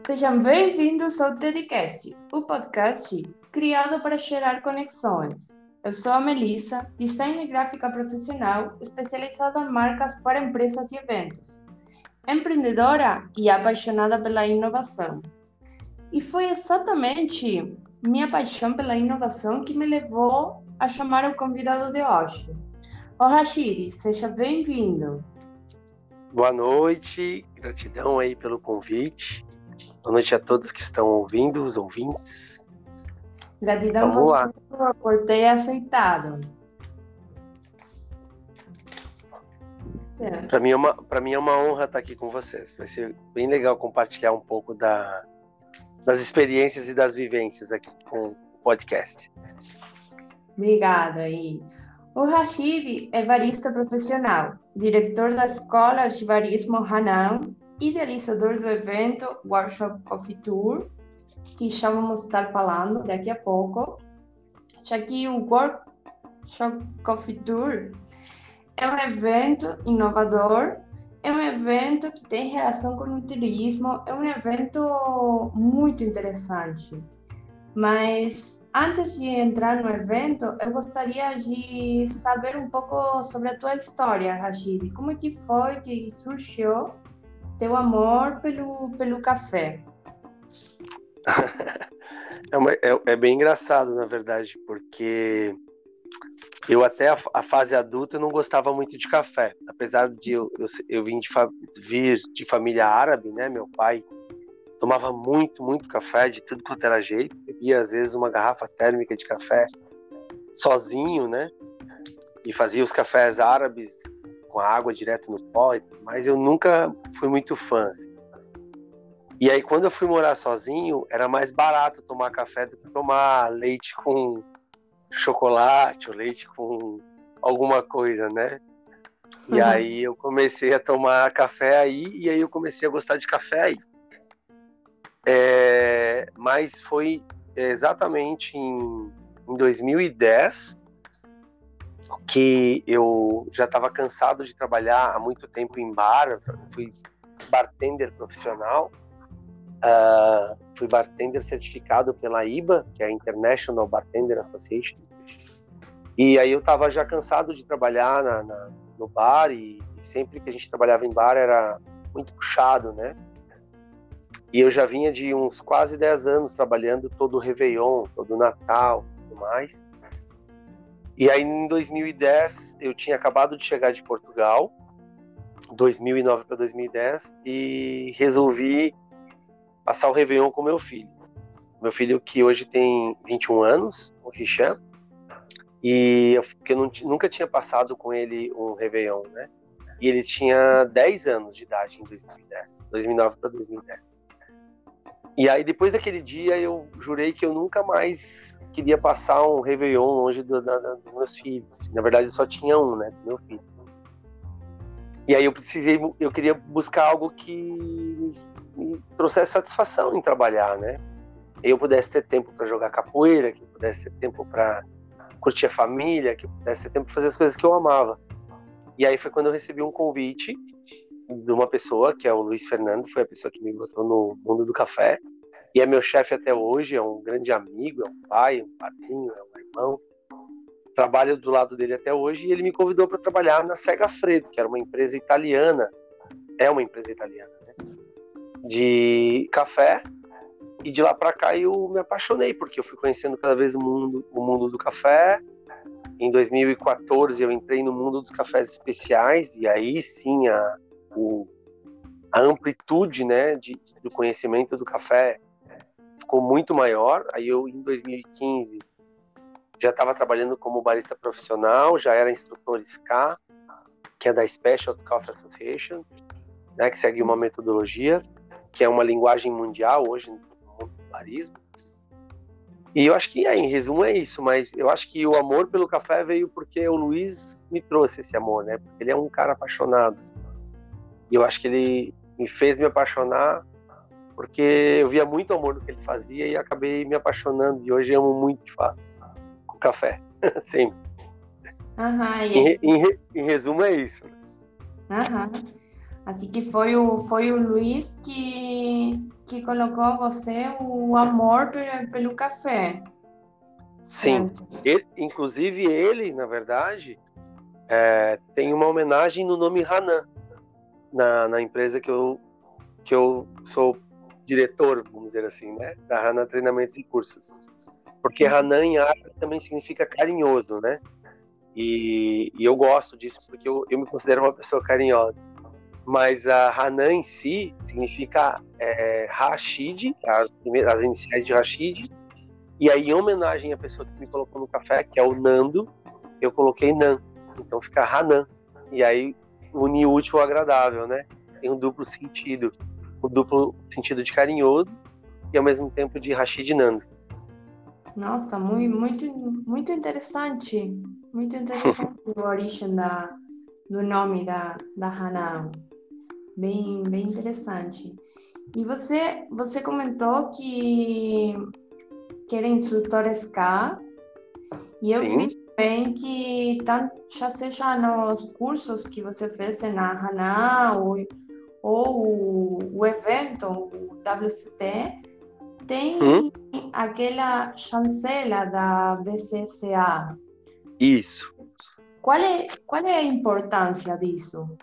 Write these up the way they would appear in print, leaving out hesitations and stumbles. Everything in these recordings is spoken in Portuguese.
Sejam bem-vindos ao TEDcast, o podcast criado para gerar conexões. Eu sou a Melissa, designer gráfica profissional especializada em marcas para empresas e eventos, empreendedora e apaixonada pela inovação. E foi exatamente minha paixão pela inovação que me levou a chamar o convidado de hoje. Ô Rashid, seja bem-vindo. Boa noite, gratidão aí pelo convite. Boa noite a todos que estão ouvindo, os ouvintes. Gratidão Vamos lá. por ter aceitado. Para mim é uma honra estar aqui com vocês. Vai ser bem legal compartilhar um pouco das experiências e das vivências aqui com o podcast. Obrigada. E o Rashid é barista profissional, diretor da Escola de Barismo Hanan, idealizador do evento Workshop Coffee Tour, que já vamos estar falando daqui a pouco, já que o Workshop Coffee Tour é um evento inovador, é um evento que tem relação com o turismo, é um evento muito interessante. Mas antes de entrar no evento, eu gostaria de saber um pouco sobre a tua história, Rashid. Como que foi que surgiu teu amor pelo café? É bem engraçado, na verdade, porque eu até a fase adulta não gostava muito de café. Apesar de eu vir de família árabe, né? Meu pai tomava muito, muito café, de tudo quanto era jeito. Bebia, às vezes, uma garrafa térmica de café sozinho, né? E fazia os cafés árabes com a água direto no pó. Mas eu nunca fui muito fã, assim. E aí, quando eu fui morar sozinho, era mais barato tomar café do que tomar leite com chocolate ou leite com alguma coisa, né? E aí eu comecei a tomar café aí, e aí eu comecei a gostar de café aí. Mas foi exatamente em 2010 que eu já estava cansado de trabalhar há muito tempo em bar. Eu fui bartender profissional, fui bartender certificado pela IBA, que é a International Bartender Association, e aí eu estava já cansado de trabalhar no bar, e sempre que a gente trabalhava em bar era muito puxado, né? E eu já vinha de uns quase 10 anos trabalhando todo o Réveillon, todo o Natal e tudo mais. E aí em 2010 eu tinha acabado de chegar de Portugal, 2009 para 2010, e resolvi passar o Réveillon com meu filho. Meu filho que hoje tem 21 anos, o Hisham, porque eu nunca tinha passado com ele um Réveillon, né? E ele tinha 10 anos de idade em 2010, 2009 para 2010. E aí, depois daquele dia, eu jurei que eu nunca mais queria passar um Réveillon longe dos meus filhos. Na verdade, eu só tinha um, né, do meu filho. E aí eu queria buscar algo que me trouxesse satisfação em trabalhar, né? Eu pudesse ter tempo para jogar capoeira, que eu pudesse ter tempo para curtir a família, que eu pudesse ter tempo para fazer as coisas que eu amava. E aí foi quando eu recebi um convite de uma pessoa, que é o Luiz Fernando, foi a pessoa que me botou no mundo do café, e é meu chefe até hoje, é um grande amigo, é um pai, um padrinho, é um irmão. Trabalho do lado dele até hoje, e ele me convidou para trabalhar na Segafredo, que era uma empresa italiana, é uma empresa italiana, né, de café. E de lá para cá eu me apaixonei, porque eu fui conhecendo cada vez o mundo do café. Em 2014 eu entrei no mundo dos cafés especiais, e aí sim a amplitude, né, do conhecimento do café ficou muito maior. Aí eu, em 2015, já estava trabalhando como barista profissional, já era instrutor SCA, que é da Specialty Coffee Association, né, que segue uma metodologia, que é uma linguagem mundial hoje no mundo do barismo. E eu acho que, em resumo, é isso. Mas eu acho que o amor pelo café veio porque o Luiz me trouxe esse amor, né? Porque ele é um cara apaixonado, assim. E eu acho que ele me fez me apaixonar porque eu via muito amor no que ele fazia e acabei me apaixonando. E hoje eu amo muito o que faço com café, sempre. Aham, Em resumo, é isso. aham. Assim que foi o Luiz que colocou você o amor pelo café, Sim, certo? inclusive ele, na verdade, tem uma homenagem no nome Hanan, na empresa que eu sou diretor, vamos dizer assim, né, da Hanan Treinamentos e Cursos. Porque Hanan em árabe também significa carinhoso, né? E eu gosto disso porque eu me considero uma pessoa carinhosa. Mas a Hanan em si significa Rashid, as iniciais de Rashid, e aí em homenagem à pessoa que me colocou no café, que é o Nando, eu coloquei Nan, então fica Hanan. E aí une o útil ao agradável, né? Tem um duplo sentido, o duplo sentido de carinhoso e ao mesmo tempo de Rashid Nando. Nossa, muito, muito interessante a origem do nome da Hana, bem interessante. E você comentou que era instrutor SK, e eu vi Sim. também que já seja nos cursos que você fez na Hana ou o evento, o WCT, Hum? tem aquela chancela da BCCA. Isso. Qual é a importância disso?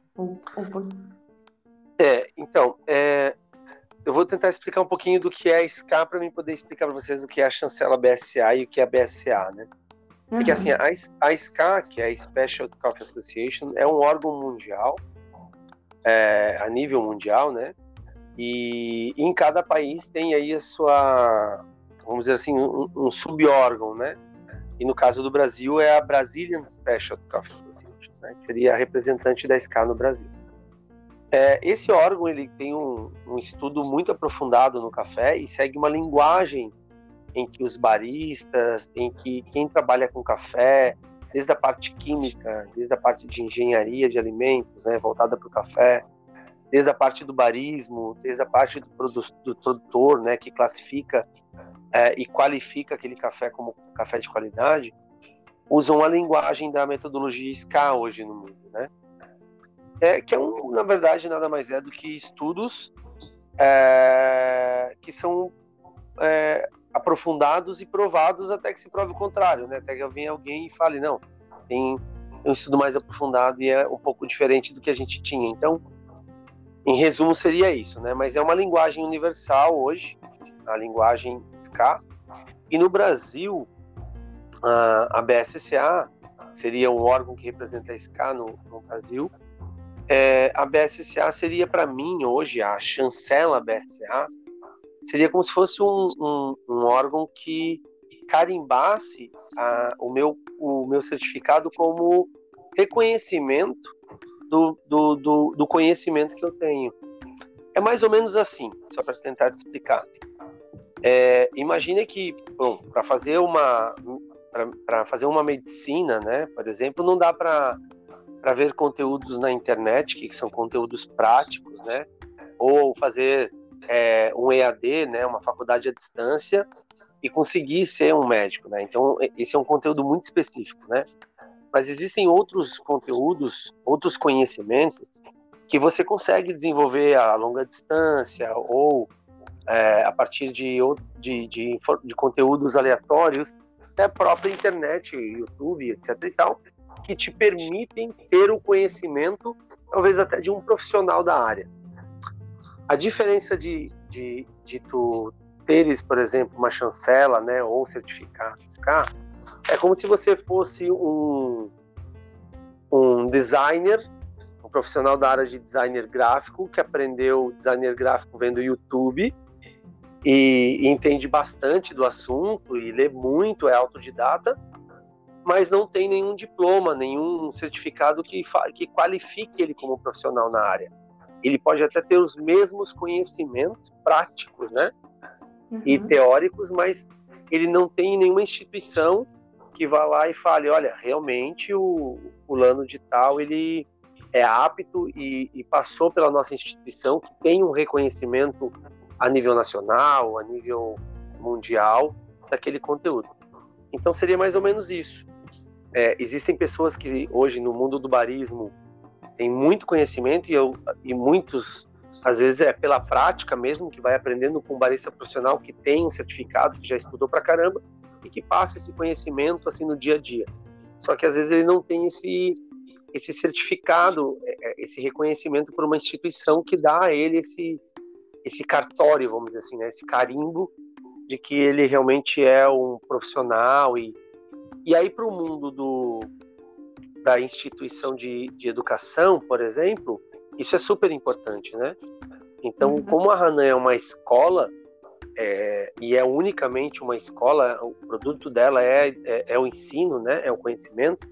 Então, eu vou tentar explicar um pouquinho do que é a SCA para mim poder explicar para vocês o que é a chancela BSA e o que é a BSA, né? Porque assim, Uhum. a SCA, que é a Special Coffee Association, é um órgão mundial, a nível mundial, né? E em cada país tem aí a sua, vamos dizer assim, um sub-órgão, né? E no caso do Brasil é a Brazilian Special Coffee Association, né? Que seria a representante da SCA no Brasil. Esse órgão ele tem um estudo muito aprofundado no café e segue uma linguagem em que os baristas, em que quem trabalha com café, desde a parte química, desde a parte de engenharia de alimentos, né, voltada para o café, desde a parte do barismo, desde a parte do produtor, né, que classifica e qualifica aquele café como café de qualidade, usam a linguagem da metodologia SCA hoje no mundo, né? Que na verdade, nada mais é do que estudos que são aprofundados e provados até que se prove o contrário, né? Até que venha alguém e fale, não, tem um estudo mais aprofundado e é um pouco diferente do que a gente tinha. Então, em resumo, seria isso, né? Mas é uma linguagem universal hoje, a linguagem SCA. E no Brasil, a BSCA seria um órgão que representa a SCA no Brasil. A BSCA seria, para mim, hoje, a chancela BSCA, seria como se fosse um órgão que carimbasse o meu certificado como reconhecimento do conhecimento que eu tenho. É mais ou menos assim, só para tentar te explicar. Imagine que, para fazer uma medicina, né, por exemplo, não dá para ver conteúdos na internet, que são conteúdos práticos, né, ou fazer um EAD, né, uma faculdade à distância, e conseguir ser um médico, né? Então, esse é um conteúdo muito específico, né? Mas existem outros conteúdos, outros conhecimentos que você consegue desenvolver a longa distância ou a partir de conteúdos aleatórios, até a própria internet, YouTube, etc. e tal, que te permitem ter o conhecimento, talvez até de um profissional da área. A diferença de tu teres, por exemplo, uma chancela, né, ou certificado SCA, é como se você fosse um designer, um profissional da área de designer gráfico, que aprendeu designer gráfico vendo YouTube e entende bastante do assunto e lê muito, é autodidata, mas não tem nenhum diploma, nenhum certificado que qualifique ele como profissional na área. Ele pode até ter os mesmos conhecimentos práticos, né? E teóricos, mas ele não tem nenhuma instituição que vá lá e fale, olha, realmente o fulano de tal, ele é apto e passou pela nossa instituição, que tem um reconhecimento a nível nacional, a nível mundial, daquele conteúdo. Então seria mais ou menos isso. Existem pessoas que hoje no mundo do barismo tem muito conhecimento e muitos, às vezes é pela prática mesmo, que vai aprendendo com um barista profissional que tem um certificado, que já estudou pra caramba e que passa esse conhecimento assim no dia a dia. Só que às vezes ele não tem esse certificado, esse reconhecimento por uma instituição que dá a ele esse cartório, vamos dizer assim, né? Esse carimbo de que ele realmente é um profissional. E aí para o mundo da instituição de educação, por exemplo, isso é super importante, né? Então, como a Hanan é uma escola, e é unicamente uma escola, o produto dela é o ensino, né? É o conhecimento,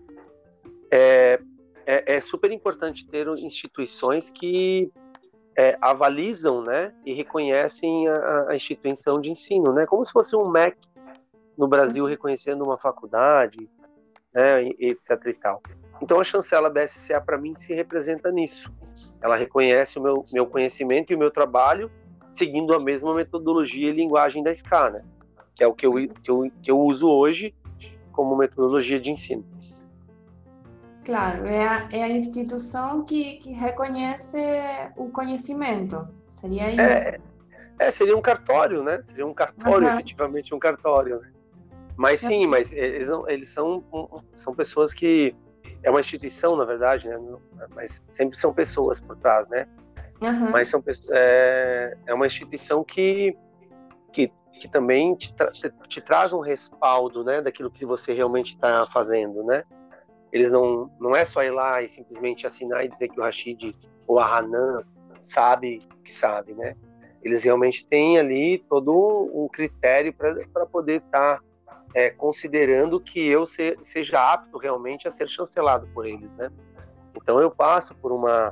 é super importante ter instituições que avalizam, né? E reconhecem a instituição de ensino, né? Como se fosse um MEC no Brasil reconhecendo uma faculdade, né? Etc. e tal. Então, a chancela BSCA, para mim, se representa nisso. Ela reconhece o meu conhecimento e o meu trabalho seguindo a mesma metodologia e linguagem da SCA, né? Que é o que eu uso hoje como metodologia de ensino. Claro, é a instituição que reconhece o conhecimento, seria isso? Seria um cartório, né? Seria um cartório, efetivamente um cartório, né? Mas sim, mas eles são pessoas que... É uma instituição, na verdade, né? Mas sempre são pessoas por trás, né? Mas é uma instituição que também te traz um respaldo, né? Daquilo que você realmente está fazendo, né? Eles não é só ir lá e simplesmente assinar e dizer que o Rashid ou a Hanan sabe o que sabe, né? Eles realmente têm ali todo um critério para poder estar considerando que eu seja apto realmente a ser chancelado por eles, né? Então eu passo por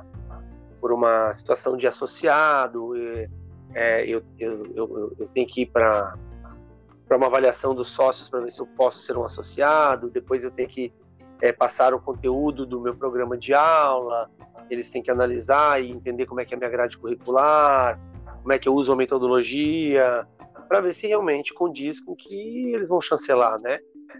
uma situação de associado, eu tenho que ir para uma avaliação dos sócios para ver se eu posso ser um associado, depois eu tenho que passar o conteúdo do meu programa de aula, eles têm que analisar e entender como é que é a minha grade curricular, como é que eu uso a metodologia, para ver se realmente condiz com o que eles vão chancelar, né?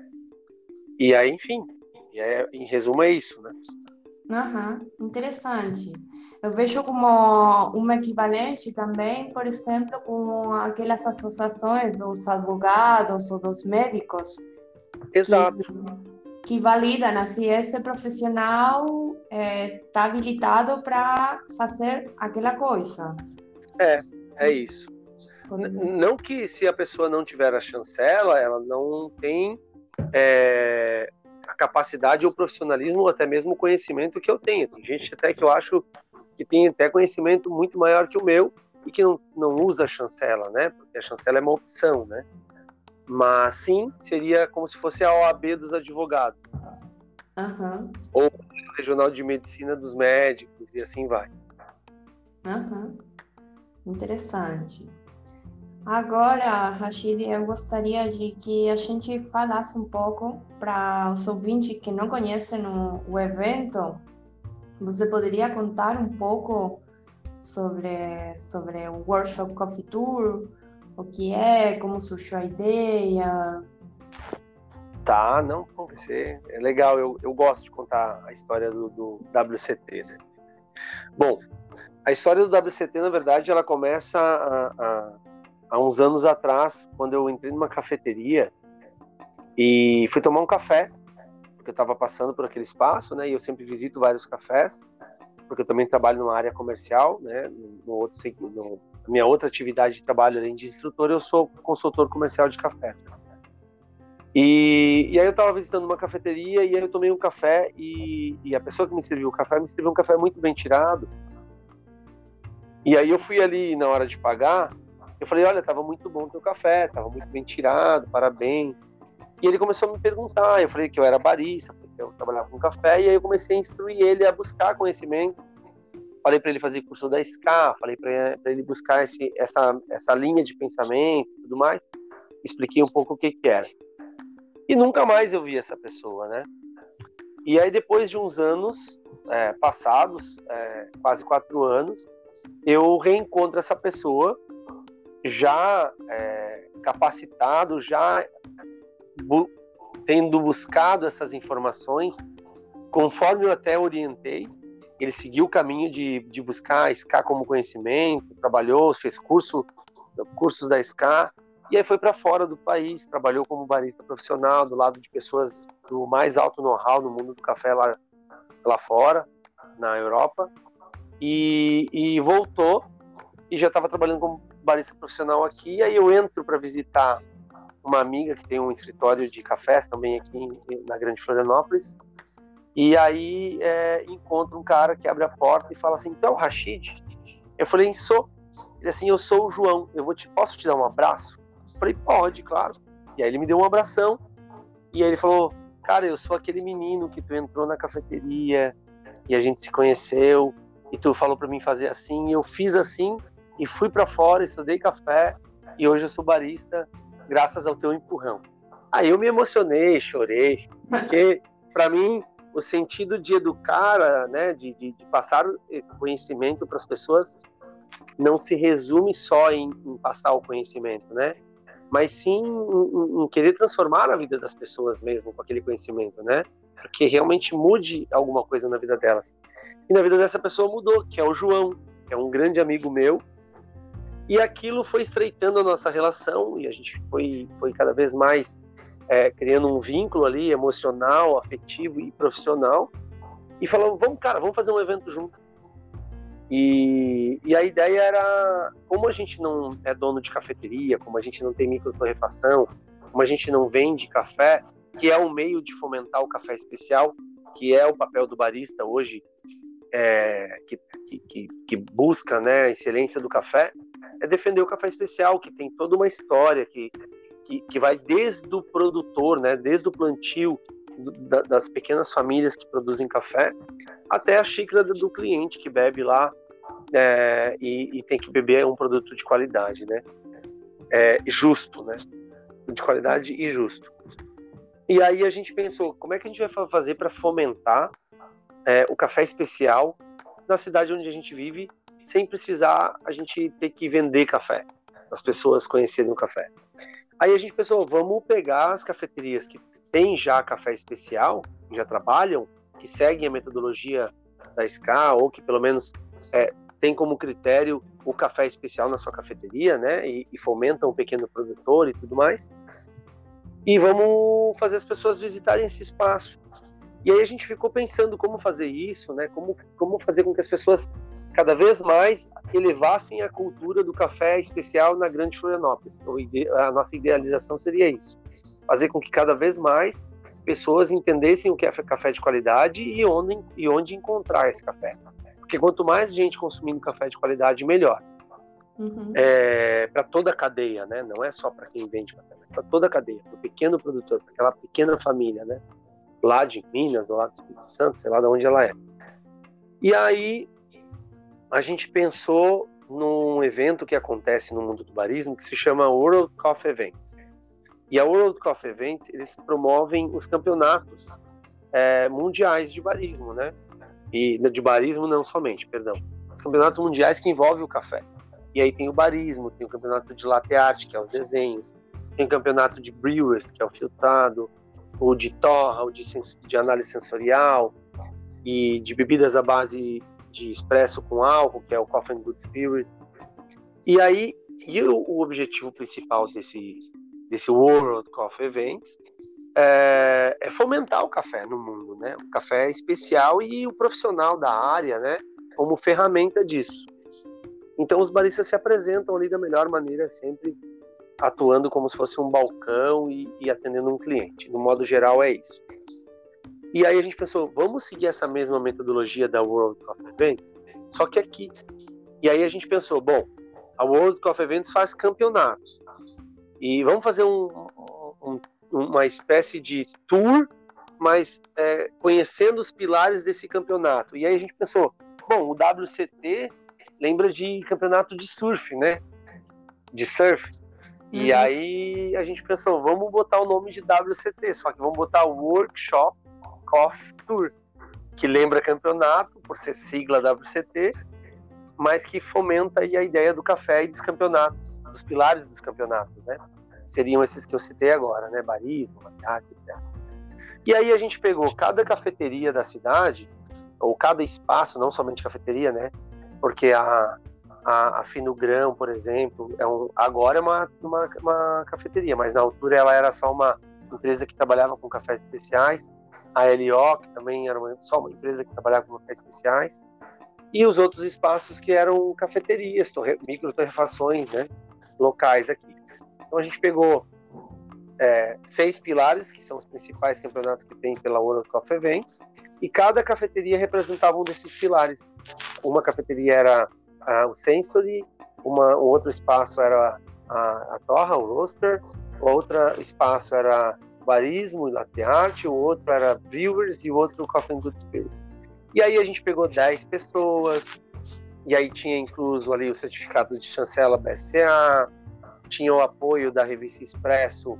E aí, enfim, em resumo é isso, né? Interessante. Eu vejo como um equivalente também, por exemplo, com aquelas associações dos advogados ou dos médicos. Exato. Que validam assim, esse profissional está habilitado para fazer aquela coisa. É isso. Não que se a pessoa não tiver a chancela, ela não tem a capacidade ou profissionalismo ou até mesmo o conhecimento que eu tenho. Tem gente até que eu acho que tem até conhecimento muito maior que o meu e que não usa a chancela, né? Porque a chancela é uma opção, né? Mas sim, seria como se fosse a OAB dos advogados. Ou o Regional de Medicina dos médicos e assim vai. Interessante. Agora, Rashid, eu gostaria de que a gente falasse um pouco para os ouvintes que não conhecem o evento. Você poderia contar um pouco sobre o Workshop Coffee Tour, o que é, como surgiu a ideia? Tá, não, é legal, eu gosto de contar a história do WCT, né? Bom, a história do WCT, na verdade, ela começa há uns anos atrás, quando eu entrei numa cafeteria e fui tomar um café, porque eu estava passando por aquele espaço, né? E eu sempre visito vários cafés, porque eu também trabalho numa área comercial, né? Minha outra atividade de trabalho, além de instrutor, eu sou consultor comercial de café. E aí eu estava visitando uma cafeteria e aí eu tomei um café e a pessoa que me serviu o café me serviu um café muito bem tirado. E aí eu fui ali na hora de pagar, eu falei, olha, estava muito bom o teu café, estava muito bem tirado, parabéns. E ele começou a me perguntar, eu falei que eu era barista, porque eu trabalhava com café, e aí eu comecei a instruir ele a buscar conhecimento. Falei para ele fazer curso da SCA, falei para ele buscar essa linha de pensamento e tudo mais. Expliquei um pouco o que era. E nunca mais eu vi essa pessoa, né? E aí depois de uns anos passados, quase 4 anos, eu reencontro essa pessoa já capacitado, já tendo buscado essas informações, conforme eu até orientei, ele seguiu o caminho de buscar a SCA como conhecimento, trabalhou, fez cursos da SCA, e aí foi para fora do país, trabalhou como barista profissional, do lado de pessoas do mais alto know-how no mundo do café lá fora, na Europa, e voltou, e já estava trabalhando como barista profissional aqui. Aí eu entro para visitar uma amiga que tem um escritório de cafés também aqui na Grande Florianópolis, e aí encontro um cara que abre a porta e fala assim: então, Rashid? Eu falei: sou. Ele assim: eu sou o João, posso te dar um abraço? Eu falei: pode, claro. E aí ele me deu um abração, e aí ele falou: cara, eu sou aquele menino que tu entrou na cafeteria e a gente se conheceu, e tu falou para mim fazer assim, e eu fiz assim, e fui para fora, estudei café, e hoje eu sou barista graças ao teu empurrão. Aí eu me emocionei, chorei, porque para mim o sentido de educar, né, de passar conhecimento para as pessoas não se resume só em passar o conhecimento, né? Mas sim em querer transformar a vida das pessoas mesmo com aquele conhecimento, né? Para que realmente mude alguma coisa na vida delas. E na vida dessa pessoa mudou, que é o João, que é um grande amigo meu, e aquilo foi estreitando a nossa relação, e a gente foi cada vez mais criando um vínculo ali emocional, afetivo e profissional, e falamos: vamos fazer um evento junto. E a ideia era, como a gente não é dono de cafeteria, como a gente não tem microtorrefação, como a gente não vende café, que é um meio de fomentar o café especial, que é o papel do barista hoje, que busca, né, a excelência do café, é defender o café especial, que tem toda uma história, que vai desde o produtor, né, desde o plantio das pequenas famílias que produzem café, até a xícara do cliente que bebe lá e tem que beber um produto de qualidade, né? Justo, né? De qualidade e justo. E aí a gente pensou: como é que a gente vai fazer para fomentar o café especial na cidade onde a gente vive, sem precisar a gente ter que vender café, as pessoas conhecerem o café. Aí a gente pensou: vamos pegar as cafeterias que têm já café especial, que já trabalham, que seguem a metodologia da SCA, ou que pelo menos tem como critério o café especial na sua cafeteria, né, e fomentam o pequeno produtor e tudo mais, e vamos fazer as pessoas visitarem esse espaço. E aí a gente ficou pensando como fazer isso, né, como fazer com que as pessoas cada vez mais elevassem a cultura do café especial na Grande Florianópolis. A nossa idealização seria isso: fazer com que cada vez mais pessoas entendessem o que é café de qualidade e onde encontrar esse café. Porque quanto mais gente consumindo café de qualidade, melhor. Uhum. Para toda a cadeia, né? Não é só para quem vende café, mas para toda a cadeia, para o pequeno produtor, para aquela pequena família, né? Lá de Minas, ou lá do Espírito Santo, sei lá de onde ela é. E aí a gente pensou num evento que acontece no mundo do barismo, que se chama World Coffee Events. E a World Coffee Events, eles promovem os campeonatos mundiais de barismo, né? E de barismo não somente, perdão. Os campeonatos mundiais que envolvem o café. E aí tem o barismo, tem o campeonato de latte art, que é os desenhos, tem o campeonato de brewers, que é o filtrado, o de torra, o de análise sensorial, e de bebidas à base de expresso com álcool, que é o Coffee and Good Spirit. E aí, o objetivo principal desse World Coffee Events é fomentar o café no mundo, né? O café especial e o profissional da área, né? Como ferramenta disso. Então os baristas se apresentam ali da melhor maneira, sempre atuando como se fosse um balcão e atendendo um cliente. No modo geral é isso. E aí a gente pensou: vamos seguir essa mesma metodologia da World Coffee Events, só que aqui. E aí a gente pensou: bom, a World Coffee Events faz campeonatos, e vamos fazer uma espécie de tour, mas conhecendo os pilares desse campeonato. E aí a gente pensou: bom, o WCT lembra de campeonato de surf, né? De surf. E aí a gente pensou: vamos botar o nome de WCT, só que vamos botar Workshop Coffee Tour, que lembra campeonato, por ser sigla WCT, mas que fomenta aí a ideia do café e dos campeonatos, dos pilares dos campeonatos, né? Seriam esses que eu citei agora, né? Barismo, latte art, etc. E aí a gente pegou cada cafeteria da cidade ou cada espaço, não somente cafeteria, né? Porque a Finogrão, por exemplo, agora é uma cafeteria, mas na altura ela era só uma empresa que trabalhava com cafés especiais. A LO, que também era só uma empresa que trabalhava com cafés especiais. E os outros espaços que eram cafeterias, micro torrefações, né, locais aqui. Então a gente pegou 6 pilares, que são os principais campeonatos que tem pela World Coffee Events, e cada cafeteria representava um desses pilares. Uma cafeteria era o Sensory, o outro espaço era a Torra, o Roaster, o outro espaço era Barismo e Latte Art, o outro era Brewers e o outro Coffee and Good Spirits. E aí a gente pegou 10 pessoas, e aí tinha incluso ali o certificado de chancela BSCA, tinha o apoio da revista Expresso,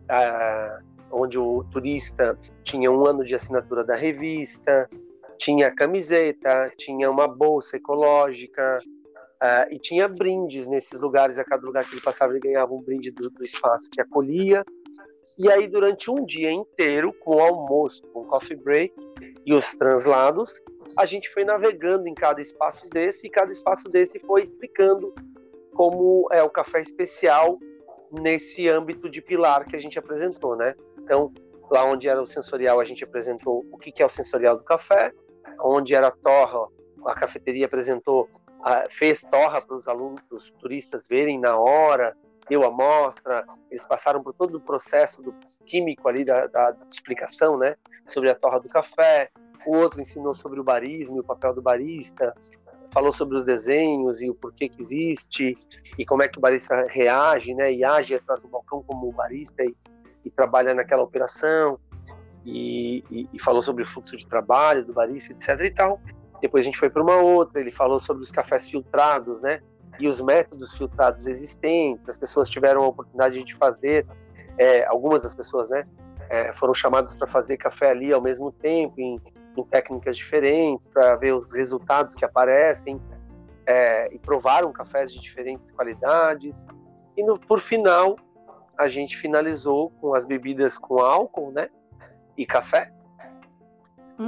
onde o turista tinha 1 ano de assinatura da revista, tinha camiseta, tinha uma bolsa ecológica, e tinha brindes nesses lugares. A cada lugar que ele passava ele ganhava um brinde do espaço que acolhia. E aí durante um dia inteiro, com o almoço, com o coffee break e os translados, a gente foi navegando em cada espaço desse, e cada espaço desse foi explicando como é o café especial nesse âmbito de pilar que a gente apresentou, né? Então, lá onde era o sensorial, a gente apresentou o que é o sensorial do café. Onde era a torra, a cafeteria apresentou, fez torra para os alunos, os turistas verem na hora, deu amostra, eles passaram por todo o processo do químico ali da explicação, né, sobre a torra do café. O outro ensinou sobre o barismo e o papel do barista, falou sobre os desenhos e o porquê que existe, e como é que o barista reage, né, e age atrás do balcão como o barista e trabalha naquela operação, e falou sobre o fluxo de trabalho do barista, etc. e tal. Depois a gente foi para uma outra, ele falou sobre os cafés filtrados, né, e os métodos filtrados existentes. As pessoas tiveram a oportunidade de fazer, algumas das pessoas, né, foram chamadas para fazer café ali ao mesmo tempo, em técnicas diferentes, para ver os resultados que aparecem, e provaram cafés de diferentes qualidades. E por final, a gente finalizou com as bebidas com álcool, né, e café. Uhum.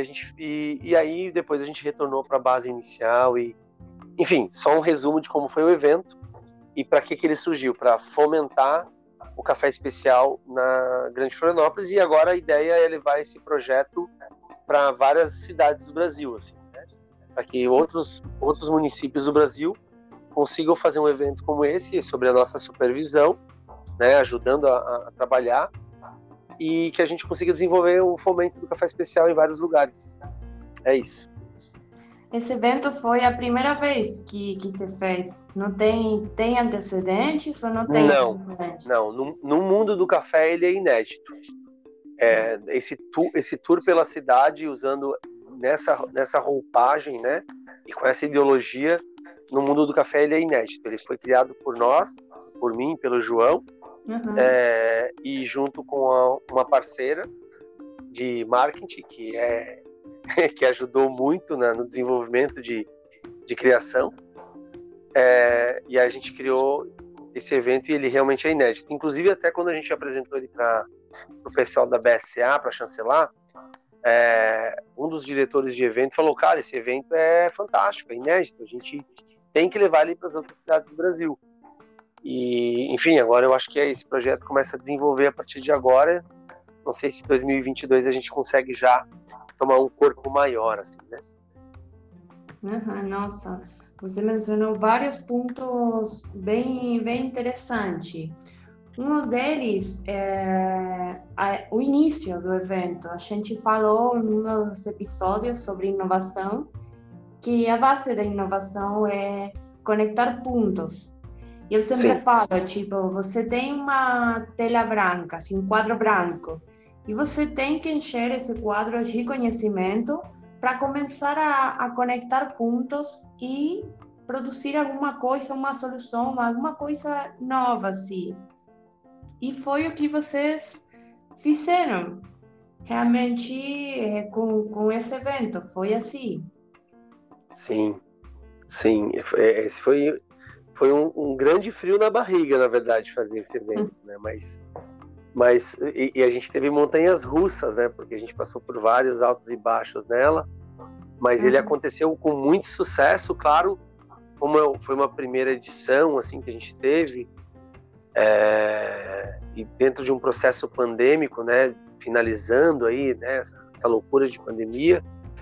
E aí depois a gente retornou para a base inicial e, enfim, só um resumo de como foi o evento e para que ele surgiu, para fomentar o café especial na Grande Florianópolis. E agora a ideia é levar esse projeto para várias cidades do Brasil, assim, né? Para que outros municípios do Brasil consigam fazer um evento como esse, sob a nossa supervisão, né, ajudando a trabalhar, e que a gente consiga desenvolver o fomento do café especial em vários lugares. É isso. Esse evento foi a primeira vez que se fez? Não tem antecedentes ou não tem antecedentes? Não. No mundo do café ele é inédito. Esse tour pela cidade, usando nessa roupagem, né, e com essa ideologia, no mundo do café ele é inédito. Ele foi criado por nós, por mim, pelo João, uhum. E junto com uma parceira de marketing que ajudou muito no desenvolvimento de criação, e a gente criou esse evento e ele realmente é inédito. Inclusive, até quando a gente apresentou ele para o pessoal da BSA, para chancelar, um dos diretores de evento falou: cara, esse evento é fantástico, é inédito, a gente tem que levar ele para as outras cidades do Brasil. E, enfim, agora eu acho que esse projeto começa a desenvolver a partir de agora. Não sei se em 2022 a gente consegue já tomar um corpo maior, assim, né? Nossa, você mencionou vários pontos bem interessantes. Um deles é o início do evento. A gente falou em um dos episódios sobre inovação, que a base da inovação é conectar pontos. E eu sempre falo, tipo, você tem uma tela branca, assim, um quadro branco, e você tem que encher esse quadro de conhecimento para começar a conectar pontos e produzir alguma coisa, uma solução, alguma coisa nova, assim. E foi o que vocês fizeram, realmente, com esse evento, foi assim. Sim. Esse foi um grande frio na barriga, na verdade, fazer esse evento, né? Mas a gente teve montanhas russas, né? Porque a gente passou por vários altos e baixos nela. mas ele aconteceu com muito sucesso, claro, como foi uma primeira edição assim que a gente teve, e dentro de um processo pandêmico, né, finalizando aí, né, essa loucura de pandemia,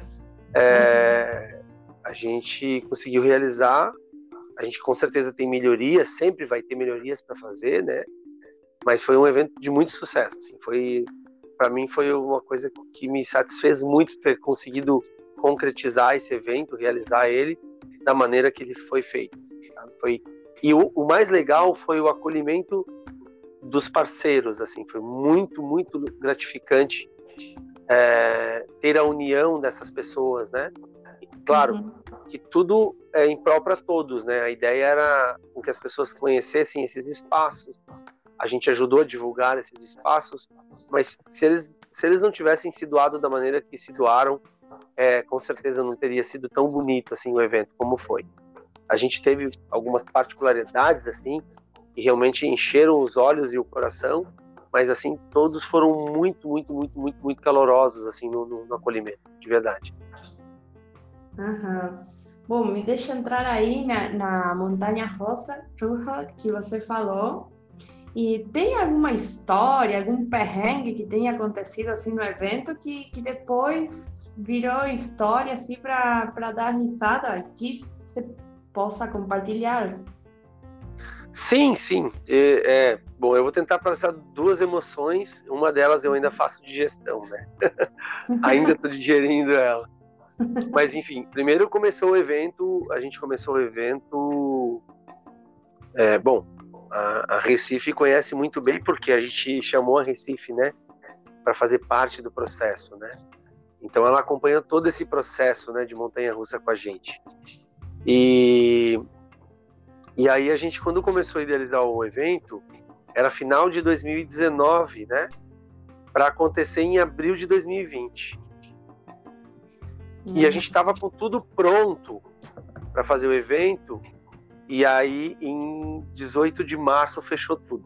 a gente conseguiu realizar. A gente com certeza tem melhorias, sempre vai ter melhorias para fazer, né? Mas foi um evento de muito sucesso. Assim, para mim foi uma coisa que me satisfez muito ter conseguido concretizar esse evento, realizar ele da maneira que ele foi feito. Assim, tá? E o mais legal foi o acolhimento dos parceiros. Assim, foi muito, muito gratificante ter a união dessas pessoas, né? E, claro, que tudo é em prol para todos, né? A ideia era que as pessoas conhecessem esses espaços. A gente ajudou a divulgar esses espaços, mas se eles não tivessem se doado da maneira que se doaram, com certeza não teria sido tão bonito assim o evento como foi. A gente teve algumas particularidades assim que realmente encheram os olhos e o coração, mas assim todos foram muito, muito, muito, muito, muito calorosos assim no acolhimento, de verdade. Bom, me deixa entrar aí na Montanha Russa que você falou. E tem alguma história, algum perrengue que tenha acontecido assim no evento que depois virou história assim para dar risada, que você possa compartilhar? Sim. Bom, eu vou tentar passar duas emoções. Uma delas eu ainda faço digestão, né? Ainda estou digerindo ela. Mas, enfim, primeiro a gente começou o evento... Bom, a Recife conhece muito bem, porque a gente chamou a Recife, né? Para fazer parte do processo, né? Então, ela acompanha todo esse processo, né? De montanha-russa com a gente. E aí a gente, quando começou a idealizar o evento, era final de 2019, né? Para acontecer em abril de 2020. E a gente estava com tudo pronto para fazer o evento, e aí em 18 de março fechou tudo.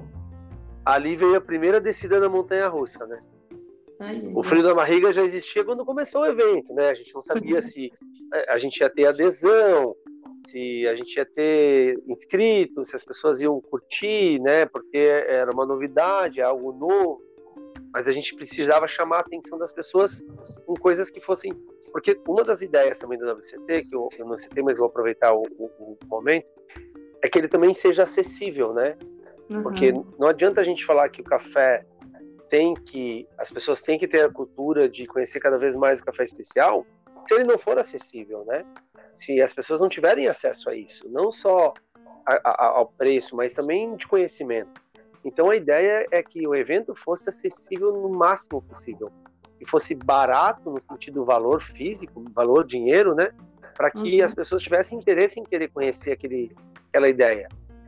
Ali veio a primeira descida da montanha-russa, né? O frio da barriga já existia quando começou o evento, né? A gente não sabia se a gente ia ter adesão, se a gente ia ter inscritos, se as pessoas iam curtir, né? Porque era uma novidade, algo novo. Mas a gente precisava chamar a atenção das pessoas com coisas que fossem... Porque uma das ideias também do WCT, que eu não citei, mas vou aproveitar o momento, é que ele também seja acessível, né? Porque não adianta a gente falar que o café as pessoas têm que ter a cultura de conhecer cada vez mais o café especial, se ele não for acessível, né? Se as pessoas não tiverem acesso a isso, não só ao preço, mas também de conhecimento. Então a ideia é que o evento fosse acessível no máximo possível, e fosse barato no sentido valor físico, valor dinheiro, né? Para que as pessoas tivessem interesse em querer conhecer aquela ideia.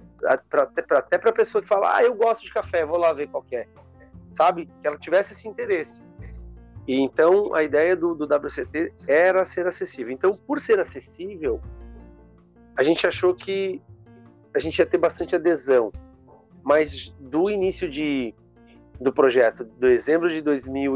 Até para a pessoa que fala, eu gosto de café, vou lá ver qual que é. Sabe? Que ela tivesse esse interesse. E então a ideia do WCT era ser acessível. Então, por ser acessível, a gente achou que a gente ia ter bastante adesão. Mas do início do projeto, de dezembro de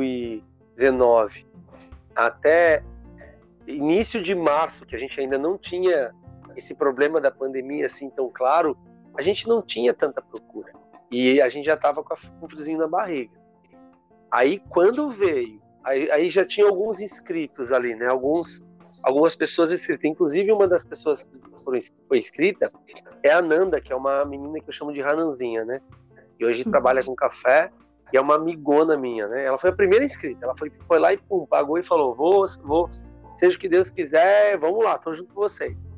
2019 até início de março, que a gente ainda não tinha esse problema da pandemia assim tão claro, a gente não tinha tanta procura. E a gente já estava com um friozinho na barriga. Aí quando veio, aí já tinha alguns inscritos ali, né? Algumas pessoas inscritas. Inclusive uma das pessoas que foi inscrita é a Nanda, que é uma menina que eu chamo de Rananzinha, né? E hoje trabalha com café e é uma amigona minha, né? Ela foi a primeira inscrita. Ela foi lá e pagou e falou, vou, seja o que Deus quiser, vamos lá, tô junto com vocês.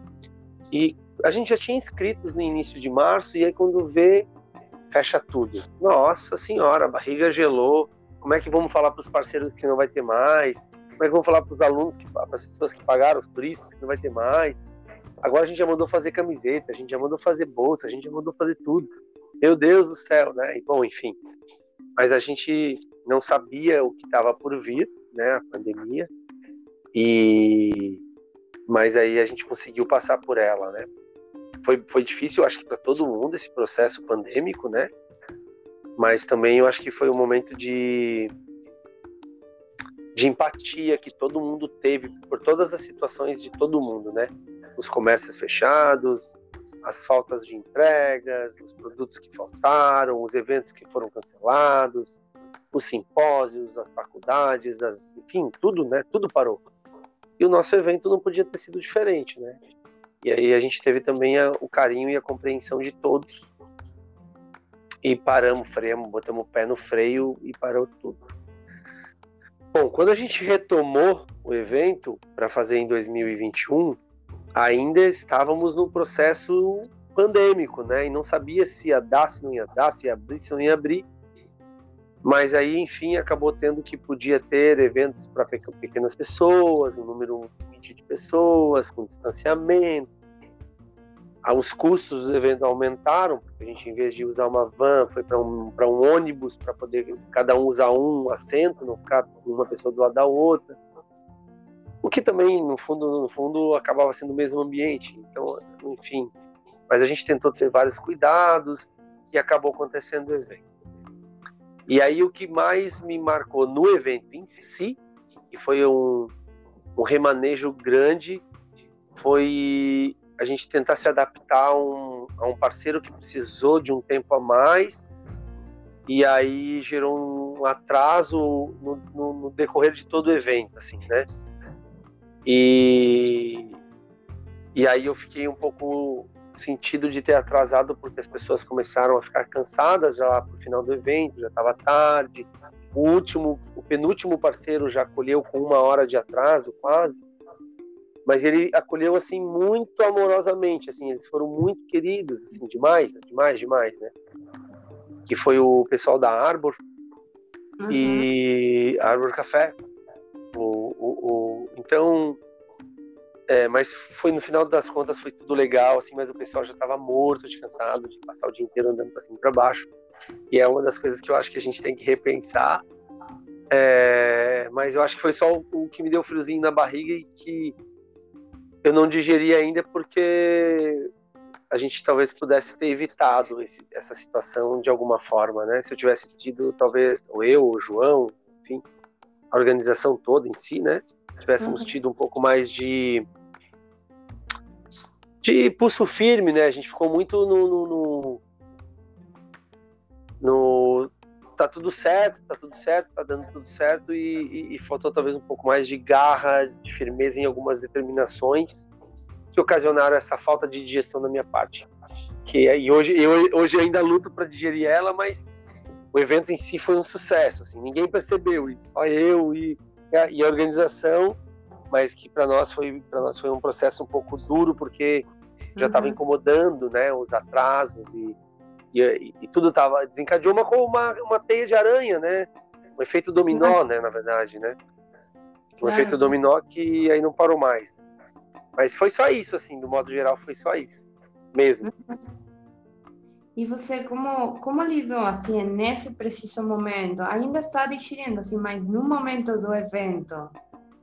E a gente já tinha inscritos no início de março, e aí quando vê, fecha tudo. Nossa senhora, a barriga gelou. Como é que vamos falar para os parceiros que não vai ter mais? Como é que vamos falar para os alunos, para as pessoas que pagaram, os turistas, que não vai ter mais? Agora a gente já mandou fazer camiseta, a gente já mandou fazer bolsa, a gente já mandou fazer tudo. Meu Deus do céu, né? E, bom, enfim. Mas a gente não sabia o que estava por vir, né? A pandemia. Mas aí a gente conseguiu passar por ela, né? Foi difícil, acho que para todo mundo, esse processo pandêmico, né? Mas também eu acho que foi um momento de de empatia que todo mundo teve por todas as situações de todo mundo, né? Os comércios fechados, as faltas de entregas, os produtos que faltaram, os eventos que foram cancelados, os simpósios, as faculdades, enfim, tudo, né? Tudo parou. E o nosso evento não podia ter sido diferente, né? E aí a gente teve também o carinho e a compreensão de todos. E paramos, freamos, botamos o pé no freio e parou tudo. Bom, quando a gente retomou o evento para fazer em 2021, ainda estávamos no processo pandêmico, né? E não sabia se ia dar, se não ia dar, se ia abrir, se não ia abrir. Mas aí, enfim, acabou tendo que podia ter eventos para pequenas pessoas, um número limite de pessoas, com distanciamento. Os custos do evento aumentaram, porque a gente, em vez de usar uma van, foi para um ônibus, para poder cada um usar um assento, não ficar uma pessoa do lado da outra. O que também, no fundo, acabava sendo o mesmo ambiente. Então, enfim. Mas a gente tentou ter vários cuidados e acabou acontecendo o evento. E aí, o que mais me marcou no evento em si, que foi um remanejo grande, foi a gente tentar se adaptar a um parceiro que precisou de um tempo a mais, e aí gerou um atraso no decorrer de todo o evento, assim, né? E aí eu fiquei um pouco sentido de ter atrasado, porque as pessoas começaram a ficar cansadas já lá pro final do evento, já estava tarde. O penúltimo parceiro já acolheu com 1 hora de atraso, quase. Mas ele acolheu, assim, muito amorosamente, assim, eles foram muito queridos, assim, demais, né? Que foi o pessoal da Arbor e Arbor Café. Então, mas foi, no final das contas, foi tudo legal, assim, mas o pessoal já estava morto de cansado, de passar o dia inteiro andando para cima e para baixo. E é uma das coisas que eu acho que a gente tem que repensar. Mas eu acho que foi só o que me deu friozinho na barriga e que eu não digeri ainda, porque a gente talvez pudesse ter evitado essa situação de alguma forma, né? Se eu tivesse tido, talvez, ou eu, ou o João, enfim, a organização toda em si, né? Tivéssemos tido um pouco mais de pulso firme, né? A gente ficou muito no tá tudo certo, tá dando tudo certo, e faltou talvez um pouco mais de garra, de firmeza em algumas determinações que ocasionaram essa falta de digestão da minha parte. E hoje eu ainda luto para digerir ela, mas o evento em si foi um sucesso, assim, ninguém percebeu isso, só eu e a organização, mas que para nós foi um processo um pouco duro, porque já estava incomodando, né, os atrasos e tudo desencadeou uma teia de aranha, né? Um efeito dominó, né, na verdade, né? Um efeito dominó que aí não parou mais. Mas foi só isso, assim, do modo geral, foi só isso mesmo. E você, como lidou, assim, nesse preciso momento? Ainda está digerindo, assim, mas no momento do evento,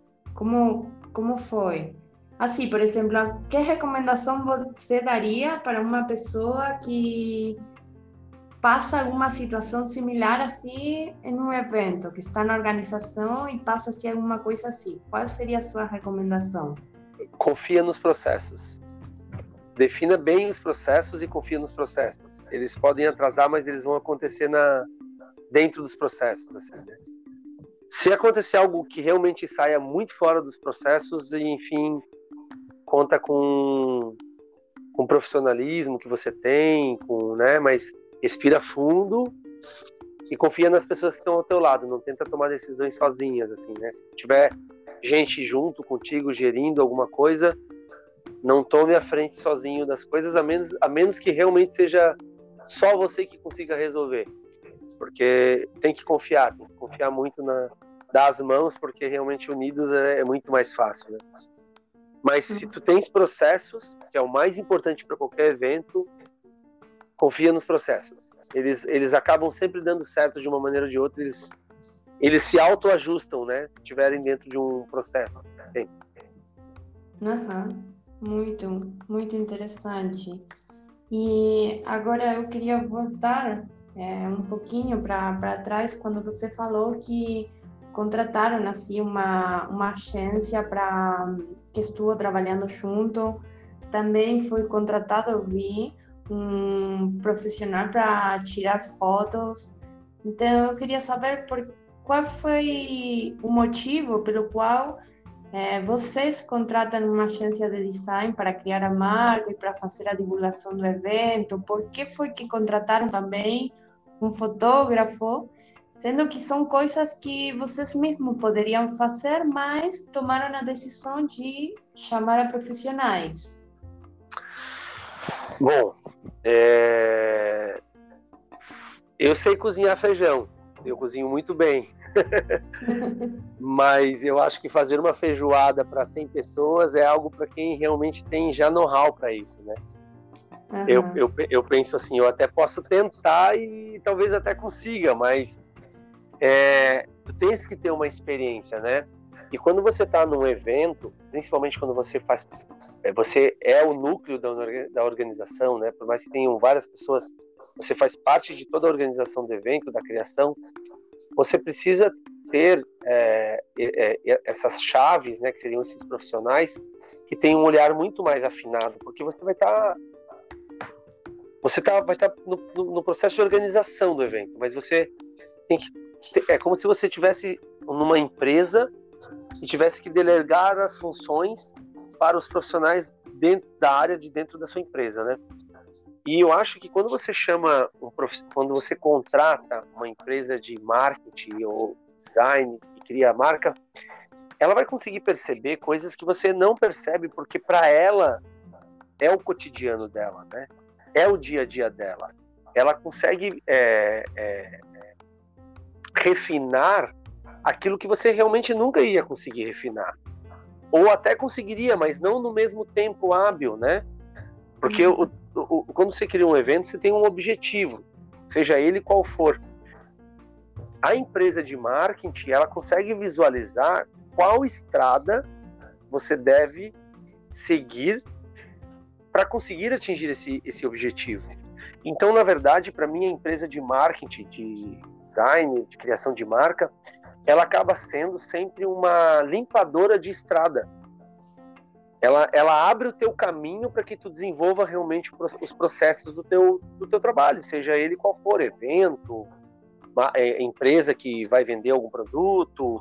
como foi? Assim, por exemplo, que recomendação você daria para uma pessoa que passa alguma situação similar assim em um evento, que está na organização e passa assim alguma coisa assim? Qual seria a sua recomendação? Confia nos processos. Defina bem os processos e confia nos processos. Eles podem atrasar, mas eles vão acontecer dentro dos processos, assim, né? Se acontecer algo que realmente saia muito fora dos processos, enfim, conta com o profissionalismo que você tem, né? Mas respira fundo e confia nas pessoas que estão ao teu lado. Não tenta tomar decisões sozinhas, assim, né? Se tiver gente junto contigo gerindo alguma coisa, não tome a frente sozinho das coisas, a menos que realmente seja só você que consiga resolver. Porque tem que confiar muito das mãos, porque realmente unidos é muito mais fácil, né? Mas se tu tens processos, que é o mais importante para qualquer evento, confia nos processos. Eles acabam sempre dando certo de uma maneira ou de outra, eles se autoajustam, né? Se estiverem dentro de um processo. Sempre. Muito, muito interessante. E agora eu queria voltar um pouquinho para trás, quando você falou que contrataram assim uma agência para que estou trabalhando junto. Também foi contratado, eu vi, um profissional para tirar fotos. Então, eu queria saber qual foi o motivo pelo qual vocês contratam uma agência de design para criar a marca e para fazer a divulgação do evento. Por que foi que contrataram também um fotógrafo, sendo que são coisas que vocês mesmos poderiam fazer, mas tomaram a decisão de chamar a profissionais? Bom, eu sei cozinhar feijão, eu cozinho muito bem, mas eu acho que fazer uma feijoada para 100 pessoas é algo para quem realmente tem já know-how para isso, né? Uhum. Eu penso assim, eu até posso tentar e talvez até consiga, mas tu tens que ter uma experiência, né? E quando você está num evento, principalmente quando você é o núcleo da organização, né? Por mais que tenham várias pessoas, você faz parte de toda a organização do evento, da criação. Você precisa ter essas chaves, né? Que seriam esses profissionais que têm um olhar muito mais afinado, porque você vai estar no processo de organização do evento, mas você tem que é como se você estivesse numa empresa e tivesse que delegar as funções para os profissionais dentro da área de dentro da sua empresa, né? E eu acho que quando você quando você contrata uma empresa de marketing ou design que cria a marca, ela vai conseguir perceber coisas que você não percebe, porque para ela é o cotidiano dela, né? É o dia a dia dela. Ela consegue refinar aquilo que você realmente nunca ia conseguir refinar. Ou até conseguiria, mas não no mesmo tempo hábil, né? Porque quando você cria um evento, você tem um objetivo, seja ele qual for. A empresa de marketing, ela consegue visualizar qual estrada você deve seguir para conseguir atingir esse objetivo. Então, na verdade, para mim, a empresa de marketing, de design, de criação de marca, ela acaba sendo sempre uma limpadora de estrada. Ela abre o teu caminho para que tu desenvolva realmente os processos do teu trabalho, seja ele qual for, evento, empresa que vai vender algum produto.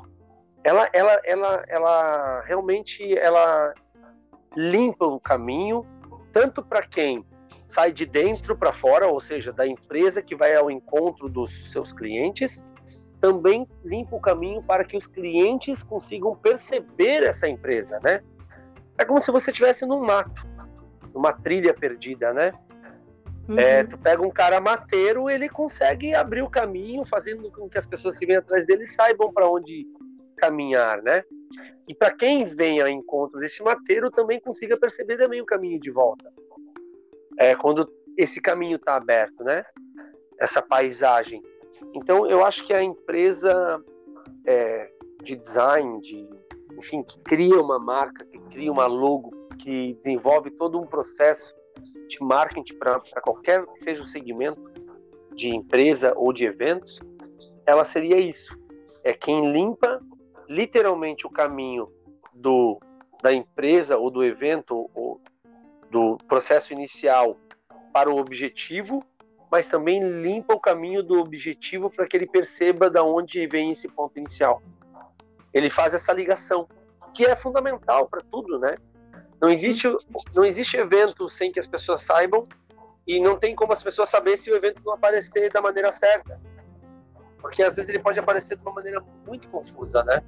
Ela realmente limpa o caminho, tanto para quem sai de dentro para fora, ou seja, da empresa que vai ao encontro dos seus clientes, também limpa o caminho para que os clientes consigam perceber essa empresa, né? É como se você estivesse num mato, numa trilha perdida, né? Tu pega um cara mateiro, ele consegue abrir o caminho, fazendo com que as pessoas que vêm atrás dele saibam para onde caminhar, né? E para quem vem ao encontro desse mateiro, também consiga perceber também o caminho de volta. Quando esse caminho está aberto, né? Essa paisagem. Então, eu acho que a empresa de design, enfim, que cria uma marca, que cria uma logo, que desenvolve todo um processo de marketing para qualquer que seja o segmento de empresa ou de eventos, ela seria isso. É quem limpa literalmente o caminho da empresa ou do evento ou do processo inicial para o objetivo, mas também limpa o caminho do objetivo para que ele perceba de onde vem esse ponto inicial. Ele faz essa ligação, que é fundamental para tudo, né? Não existe evento sem que as pessoas saibam, e não tem como as pessoas saberem se o evento não aparecer da maneira certa. Porque às vezes ele pode aparecer de uma maneira muito confusa, né?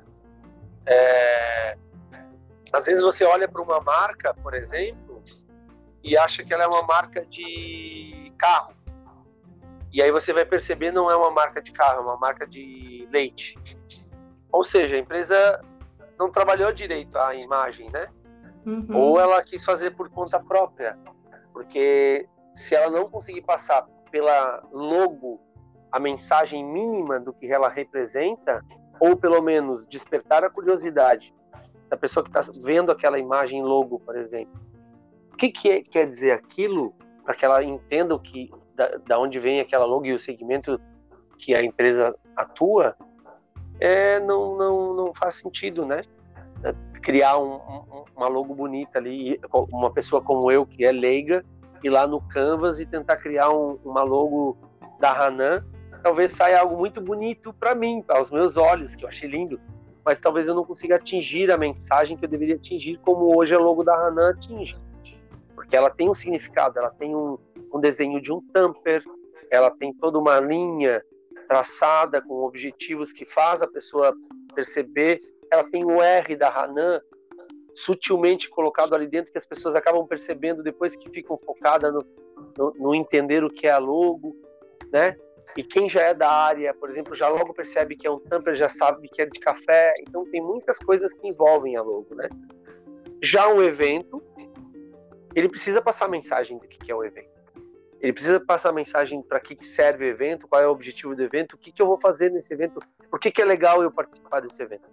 Às vezes você olha para uma marca, por exemplo, e acha que ela é uma marca de carro. E aí você vai perceber não é uma marca de carro, é uma marca de leite. Ou seja, a empresa não trabalhou direito a imagem, né? Ou ela quis fazer por conta própria. Porque se ela não conseguir passar pela logo a mensagem mínima do que ela representa, ou pelo menos despertar a curiosidade da pessoa que está vendo aquela imagem logo, por exemplo. O que quer dizer aquilo, para que ela entenda o que, da onde vem aquela logo e o segmento que a empresa atua, não faz sentido, né? Criar uma logo bonita ali, uma pessoa como eu, que é leiga, ir lá no Canvas e tentar criar uma logo da Hanan, talvez saia algo muito bonito para mim, aos meus olhos, que eu achei lindo, mas talvez eu não consiga atingir a mensagem que eu deveria atingir, como hoje a logo da Hanan atinge. Porque ela tem um significado, ela tem um desenho de um tamper, ela tem toda uma linha traçada com objetivos que faz a pessoa perceber, ela tem o R da Hanan sutilmente colocado ali dentro, que as pessoas acabam percebendo depois que ficam focadas no entender o que é a logo, né? E quem já é da área, por exemplo, já logo percebe que é um tamper, já sabe que é de café, então tem muitas coisas que envolvem a logo, né? Já um evento, ele precisa passar a mensagem do que é o evento. Ele precisa passar a mensagem para que serve o evento, qual é o objetivo do evento, o que eu vou fazer nesse evento, por que é legal eu participar desse evento.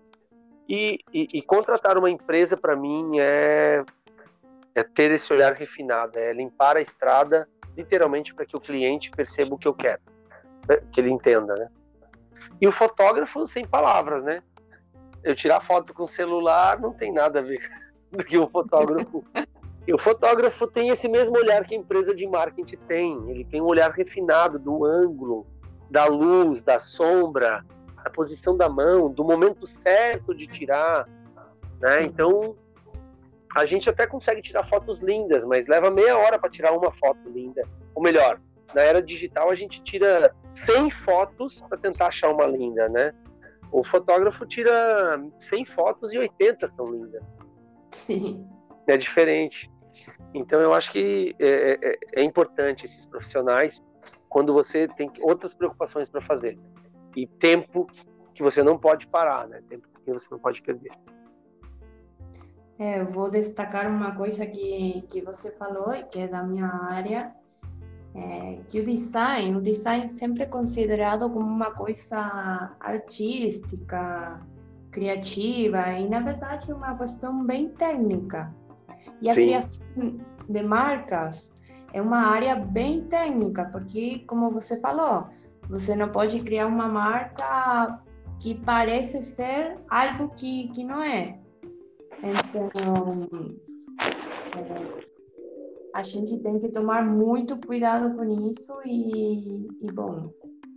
E contratar uma empresa, para mim, é ter esse olhar refinado, é limpar a estrada, literalmente, para que o cliente perceba o que eu quero, que ele entenda, né? E o fotógrafo, sem palavras, né? Eu tirar foto com celular não tem nada a ver do que o fotógrafo. E o fotógrafo tem esse mesmo olhar que a empresa de marketing tem. Ele tem um olhar refinado do ângulo, da luz, da sombra, da posição da mão, do momento certo de tirar, né? Então, a gente até consegue tirar fotos lindas, mas leva meia hora para tirar uma foto linda. Ou melhor, na era digital a gente tira 100 fotos para tentar achar uma linda, né? O fotógrafo tira 100 fotos e 80 são lindas. Sim. É diferente. Então, eu acho que é importante esses profissionais quando você tem outras preocupações para fazer. E tempo que você não pode parar, né? Tempo que você não pode perder. Eu vou destacar uma coisa que você falou e que é da minha área, que o design sempre é considerado como uma coisa artística, criativa, e na verdade é uma questão bem técnica. E a criação de marcas é uma área bem técnica, porque, como você falou, você não pode criar uma marca que parece ser algo que não é. Então, a gente tem que tomar muito cuidado com isso e bom,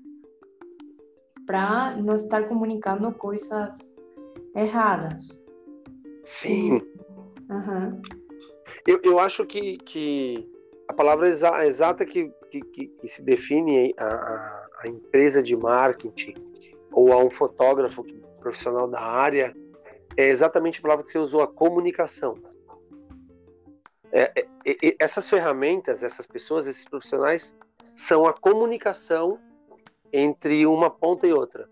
para não estar comunicando coisas erradas. Sim. Uhum. Eu acho que a palavra exata que se define a empresa de marketing ou a um fotógrafo profissional da área é exatamente a palavra que você usou, a comunicação. Essas ferramentas, essas pessoas, esses profissionais são a comunicação entre uma ponta e outra.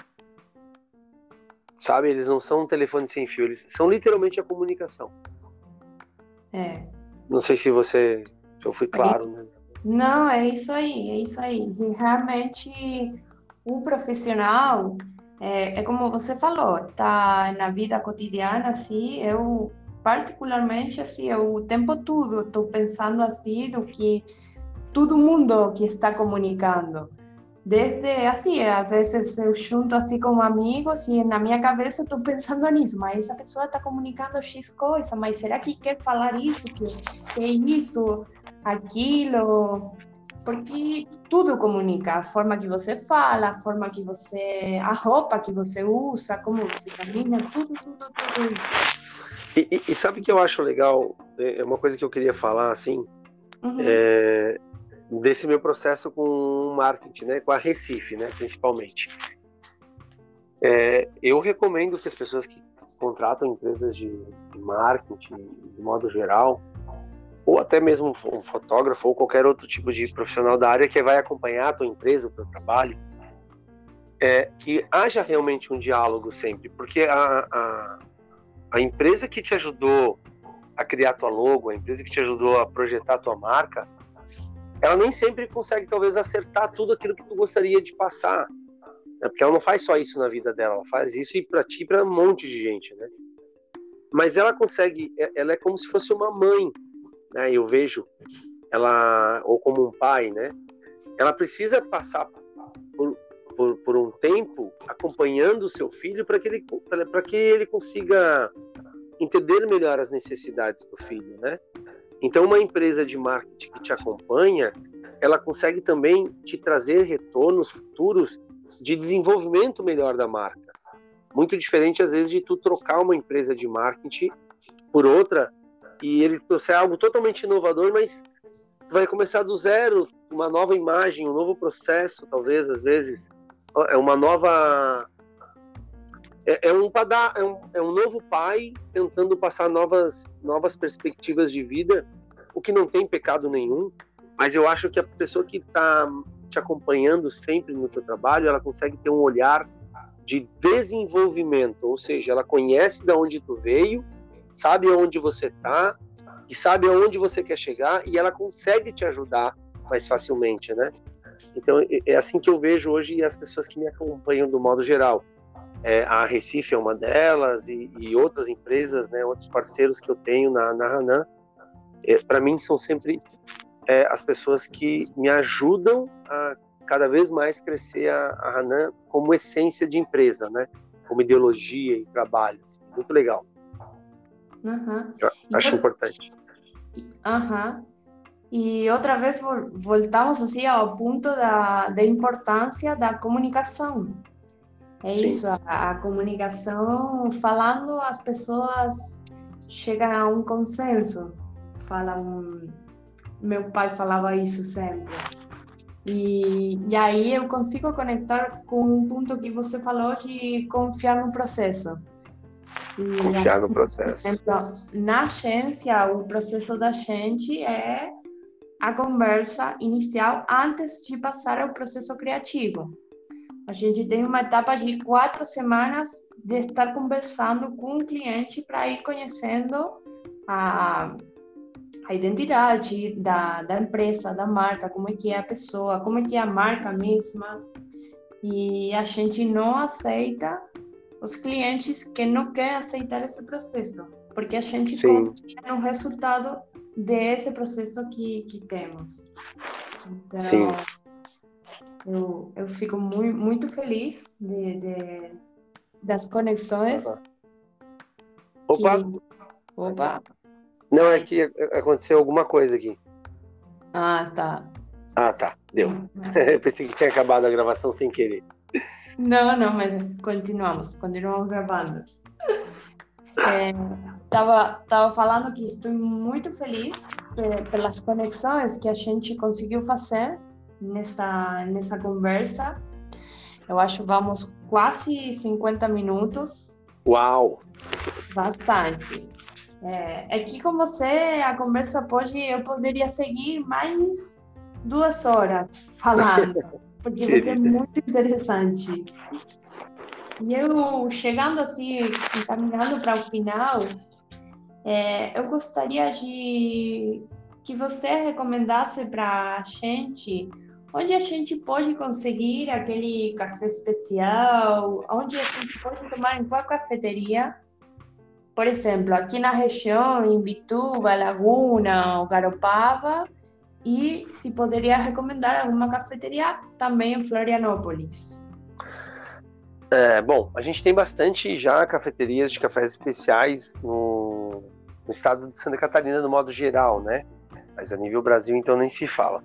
Sabe? Eles não são um telefone sem fio, eles são literalmente a comunicação. Não sei se eu fui claro, né? Não, é isso aí. E realmente o profissional é como você falou, tá na vida cotidiana, assim, eu particularmente, assim, eu o tempo todo estou pensando assim do que todo mundo que está comunicando. Desde, assim, às vezes eu junto assim com amigos e na minha cabeça estou pensando nisso, mas essa pessoa está comunicando X coisa, mas será que quer falar isso, que é isso, aquilo? Porque tudo comunica, a forma que você fala, a forma que você, a roupa que você usa, como você caminha, tudo. E sabe o que eu acho legal? É uma coisa que eu queria falar, assim, desse meu processo com marketing, né? Com a Recife, né? Principalmente. Eu recomendo que as pessoas que contratam empresas de marketing, de modo geral, ou até mesmo um fotógrafo ou qualquer outro tipo de profissional da área que vai acompanhar a tua empresa, o teu trabalho, que haja realmente um diálogo sempre, porque a empresa que te ajudou a criar tua logo, a empresa que te ajudou a projetar a tua marca, ela nem sempre consegue talvez acertar tudo aquilo que tu gostaria de passar, né? Porque ela não faz só isso na vida dela, ela faz isso e para ti e para um monte de gente, né? Mas ela consegue, ela é como se fosse uma mãe, né? Eu vejo ela, ou como um pai, né? Ela precisa passar por um tempo acompanhando o seu filho para que ele consiga entender melhor as necessidades do filho, né? Então, uma empresa de marketing que te acompanha, ela consegue também te trazer retornos futuros de desenvolvimento melhor da marca. Muito diferente, às vezes, de tu trocar uma empresa de marketing por outra e ele trouxer algo totalmente inovador, mas tu vai começar do zero, uma nova imagem, um novo processo, talvez, às vezes. É uma nova... É um novo pai tentando passar novas perspectivas de vida, o que não tem pecado nenhum, mas eu acho que a pessoa que está te acompanhando sempre no teu trabalho, ela consegue ter um olhar de desenvolvimento, ou seja, ela conhece de onde tu veio, sabe aonde você está e sabe aonde você quer chegar, e ela consegue te ajudar mais facilmente, né? Então, é assim que eu vejo hoje as pessoas que me acompanham do modo geral. A Recife é uma delas, e outras empresas, né, outros parceiros que eu tenho na Hanan, para mim são sempre as pessoas que me ajudam a cada vez mais crescer a Hanan como essência de empresa, né, como ideologia e trabalho. Assim, muito legal. Uhum. Eu acho importante. E outra vez voltamos assim ao ponto da importância da comunicação. Sim. Isso, a comunicação, falando, as pessoas chegam a um consenso. Meu pai falava isso sempre. E aí eu consigo conectar com um ponto que você falou de confiar no processo. Confiar no processo. Por exemplo, na agência, o processo da gente é a conversa inicial antes de passar ao processo criativo. A gente tem uma etapa de 4 semanas de estar conversando com o cliente para ir conhecendo a identidade da empresa, da marca, como é que é a pessoa, como é que é a marca mesma. E a gente não aceita os clientes que não querem aceitar esse processo, porque a gente confia no resultado desse processo que temos. Então, sim. Eu fico muito feliz das conexões. Opa! Não, é que aconteceu alguma coisa aqui. Ah, tá. Deu. Eu pensei que tinha acabado a gravação sem querer. Não, mas continuamos gravando. Tava falando que estou muito feliz pelas conexões que a gente conseguiu fazer nessa conversa. Eu acho que vamos quase 50 minutos. Uau! Bastante. Aqui com você a conversa eu poderia seguir mais 2 horas falando, porque você é muito interessante. E eu, chegando assim, caminhando para o final, eu gostaria que você recomendasse para a gente onde a gente pode conseguir aquele café especial, onde a gente pode tomar em qual cafeteria. Por exemplo, aqui na região, em Bituba, Laguna ou Garopaba, e se poderia recomendar alguma cafeteria também em Florianópolis. Bom, a gente tem bastante já cafeterias de cafés especiais no estado de Santa Catarina, no modo geral, né? Mas a nível Brasil, então, nem se fala.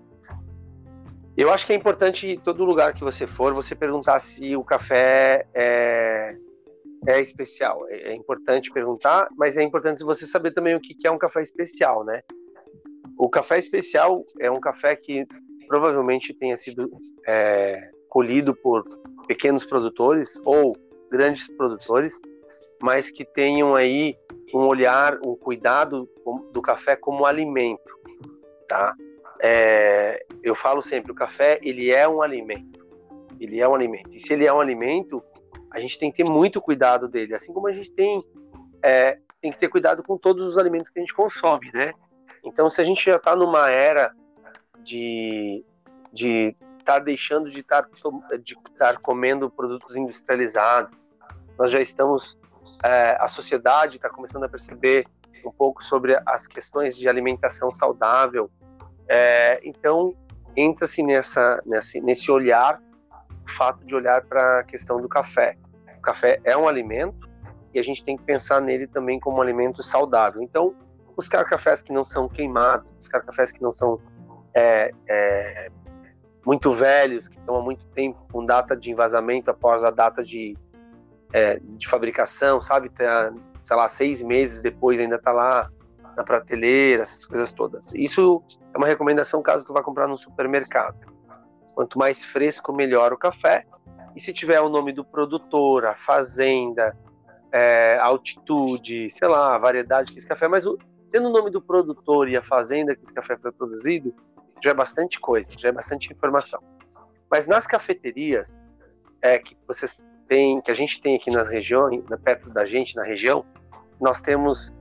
Eu acho que é importante, em todo lugar que você for, você perguntar se o café é especial. É importante perguntar, mas é importante você saber também o que é um café especial, né? O café especial é um café que provavelmente tenha sido colhido por pequenos produtores ou grandes produtores, mas que tenham aí um olhar, um cuidado do café como alimento, tá? Eu falo sempre, o café, ele é um alimento. E se ele é um alimento, a gente tem que ter muito cuidado dele, assim como a gente tem que ter cuidado com todos os alimentos que a gente consome, né? Então, se a gente já está numa era de estar deixando de estar comendo produtos industrializados, nós já estamos, a sociedade está começando a perceber um pouco sobre as questões de alimentação saudável. Então, entra-se nesse olhar fato de olhar para a questão do café. O café é um alimento e a gente tem que pensar nele também como um alimento saudável. Então, buscar cafés que não são queimados, buscar cafés que não são muito velhos, que estão há muito tempo com data de envasamento após a data de fabricação, sabe? Tá, sei lá, 6 meses depois ainda está lá na prateleira, essas coisas todas. Isso é uma recomendação caso tu vá comprar no supermercado. Quanto mais fresco, melhor o café. E se tiver o nome do produtor, a fazenda, a altitude, sei lá, a variedade que esse café, mas tendo o nome do produtor e a fazenda que esse café foi produzido, já é bastante coisa, já é bastante informação. Mas nas cafeterias que vocês têm, que a gente tem aqui nas regiões, perto da gente, na região, nós temos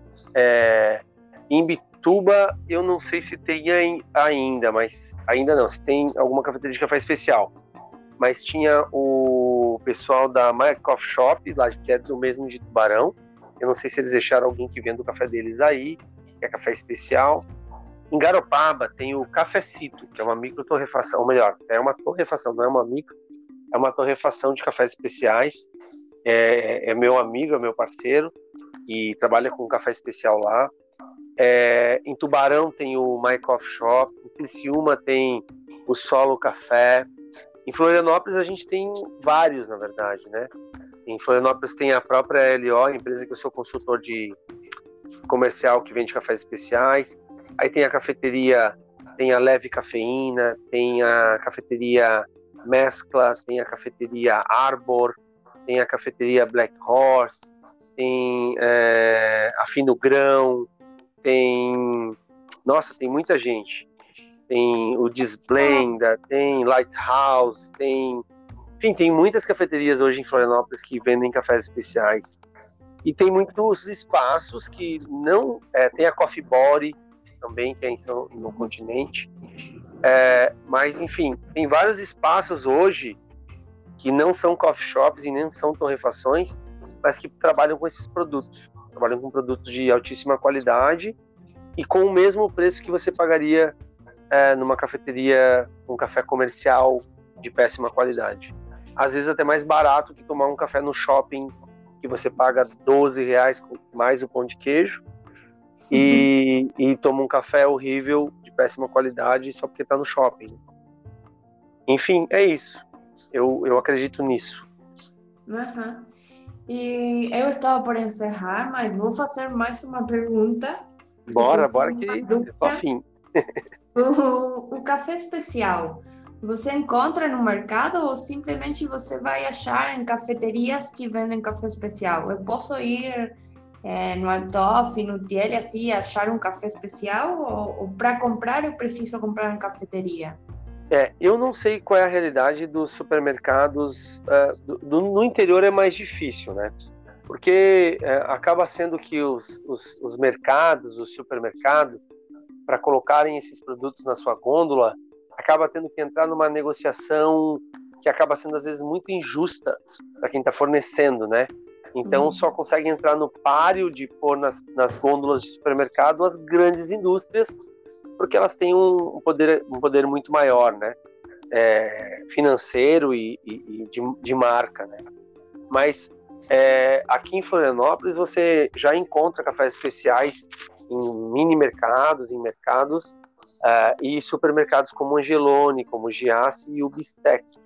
em Bituba, eu não sei se tem ainda, mas ainda não, se tem alguma cafeteria de café especial. Mas tinha o pessoal da My Coffee Shop, lá que é do mesmo de Tubarão. Eu não sei se eles deixaram alguém que venda o café deles aí, que é café especial. Em Garopaba tem o Cafecito, que é uma micro-torrefação, ou melhor, é uma torrefação, não é uma micro, é uma torrefação de cafés especiais. É meu amigo, é meu parceiro, e trabalha com café especial lá. Em Tubarão tem o My Coffee Shop, em Criciúma tem o Solo Café. Em Florianópolis a gente tem vários, na verdade, né? Em Florianópolis tem a própria LO, a empresa que eu sou consultor de comercial que vende cafés especiais. Aí tem a cafeteria, tem a Leve Cafeína, tem a cafeteria Mescla, tem a cafeteria Arbor, tem a cafeteria Black Horse, tem a Fino Grão, tem muita gente. Tem o Desblenda, tem Lighthouse, enfim, tem muitas cafeterias hoje em Florianópolis que vendem cafés especiais. E tem muitos espaços que não... tem a Coffee Body também, que é no continente. Mas, enfim, tem vários espaços hoje que não são coffee shops e nem são torrefações, mas que trabalham com esses produtos. Trabalham com produtos de altíssima qualidade e com o mesmo preço que você pagaria numa cafeteria, um café comercial de péssima qualidade. Às vezes até mais barato que tomar um café no shopping, que você paga R$12 mais o pão de queijo e toma um café horrível de péssima qualidade só porque está no shopping. Enfim, é isso. Eu acredito nisso. Uhum. E eu estava por encerrar, mas vou fazer mais uma pergunta. Bora que eu tô afim. O café especial, você encontra no mercado ou simplesmente você vai achar em cafeterias que vendem café especial? Eu posso ir no Altoff, no Tiele, assim, achar um café especial ou para comprar eu preciso comprar em cafeteria? Eu não sei qual é a realidade dos supermercados. No interior é mais difícil, né? Porque acaba sendo que os mercados, os supermercados, para colocarem esses produtos na sua gôndola, acaba tendo que entrar numa negociação que acaba sendo às vezes muito injusta para quem está fornecendo, né? Então só consegue entrar no páreo de pôr nas gôndolas de supermercado as grandes indústrias, porque elas têm um poder muito maior, né? Financeiro e de marca, né? Mas aqui em Florianópolis você já encontra cafés especiais em mini mercados, em mercados e supermercados como Angelone, como Giasse e o Bistex.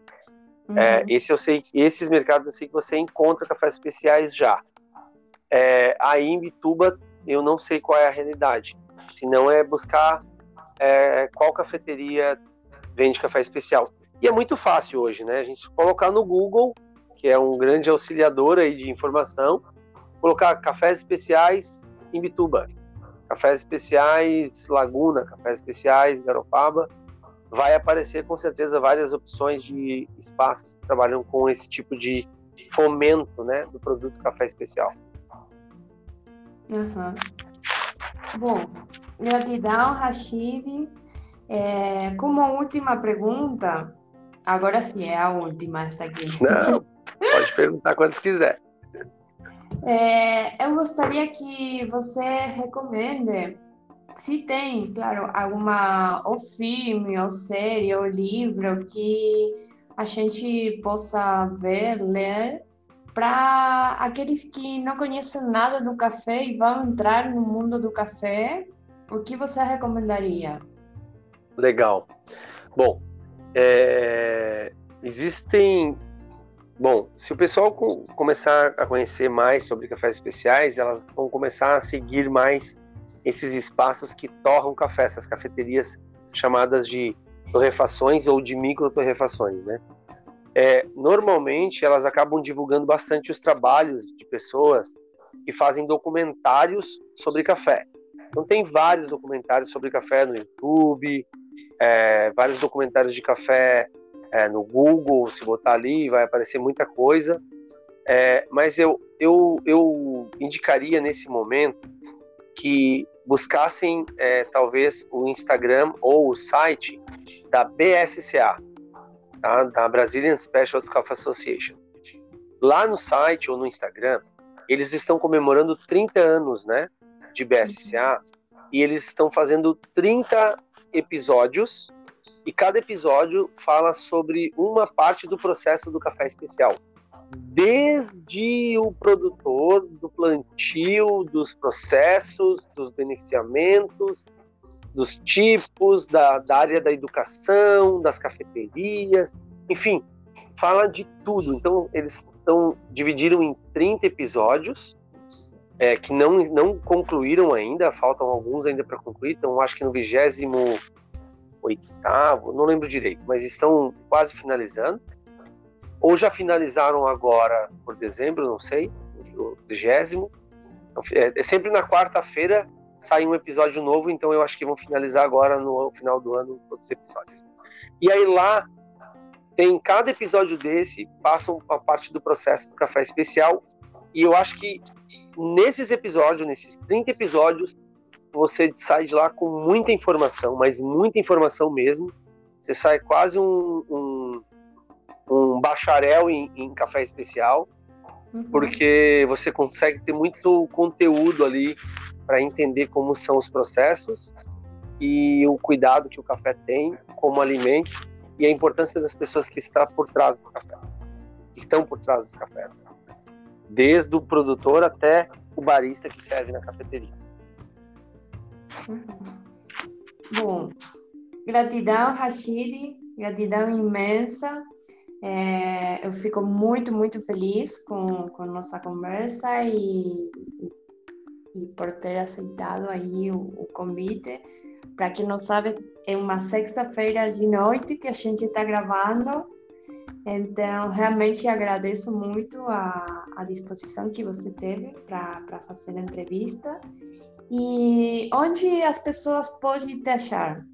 Esses mercados eu sei que você encontra cafés especiais já. Aí em Bituba eu não sei qual é a realidade. Se não é buscar qual cafeteria vende café especial. E é muito fácil hoje, né? A gente colocar no Google, que é um grande auxiliador aí de informação, colocar cafés especiais em Bituba, cafés especiais Laguna, cafés especiais Garopaba, vai aparecer com certeza várias opções de espaços que trabalham com esse tipo de fomento, né, do produto café especial. Uhum. Bom, gratidão, Rachid. Como última pergunta, agora sim é a última esta aqui. Não, pode perguntar quantas quiser. Eu gostaria que você recomende, se tem, claro, alguma ou filme, ou série, ou livro que a gente possa ver, ler, para aqueles que não conhecem nada do café e vão entrar no mundo do café, o que você recomendaria? Legal. Bom, existem... Bom, se o pessoal começar a conhecer mais sobre cafés especiais, elas vão começar a seguir mais esses espaços que torram café, essas cafeterias chamadas de torrefações ou de micro-torrefações, né? Normalmente, elas acabam divulgando bastante os trabalhos de pessoas que fazem documentários sobre café. Então, tem vários documentários sobre café no YouTube, vários documentários de café no Google, se botar ali, vai aparecer muita coisa. Mas eu indicaria nesse momento que buscassem talvez o Instagram ou o site da BSCA, tá? Da Brazilian Specialty Coffee Association. Lá no site ou no Instagram, eles estão comemorando 30 anos, né, de BSCA, e eles estão fazendo 30 episódios, e cada episódio fala sobre uma parte do processo do café especial. Desde o produtor, do plantio, dos processos, dos beneficiamentos, dos tipos, da área da educação, das cafeterias, enfim, fala de tudo. Então, eles dividiram em 30 episódios, que não concluíram ainda, faltam alguns ainda para concluir, então acho que no 28º, não lembro direito, mas estão quase finalizando, ou já finalizaram agora por dezembro, não sei, o 30º, sempre na quarta-feira sai um episódio novo, então eu acho que vão finalizar agora no final do ano todos os episódios. E aí lá tem cada episódio desse, passa uma parte do processo do café especial, e eu acho que nesses 30 episódios, você sai de lá com muita informação, mas muita informação mesmo. Você sai quase um bacharel em café especial, porque você consegue ter muito conteúdo ali para entender como são os processos e o cuidado que o café tem como alimento e a importância das pessoas que estão por trás do café, dos cafés, desde o produtor até o barista que serve na cafeteria. Bom, gratidão, Rachid, gratidão imensa. Eu fico muito, muito feliz com nossa conversa e por ter aceitado aí o convite. Para quem não sabe, é uma sexta-feira de noite que a gente está gravando, então realmente agradeço muito a disposição que você teve para fazer a entrevista. E onde as pessoas podem te achar?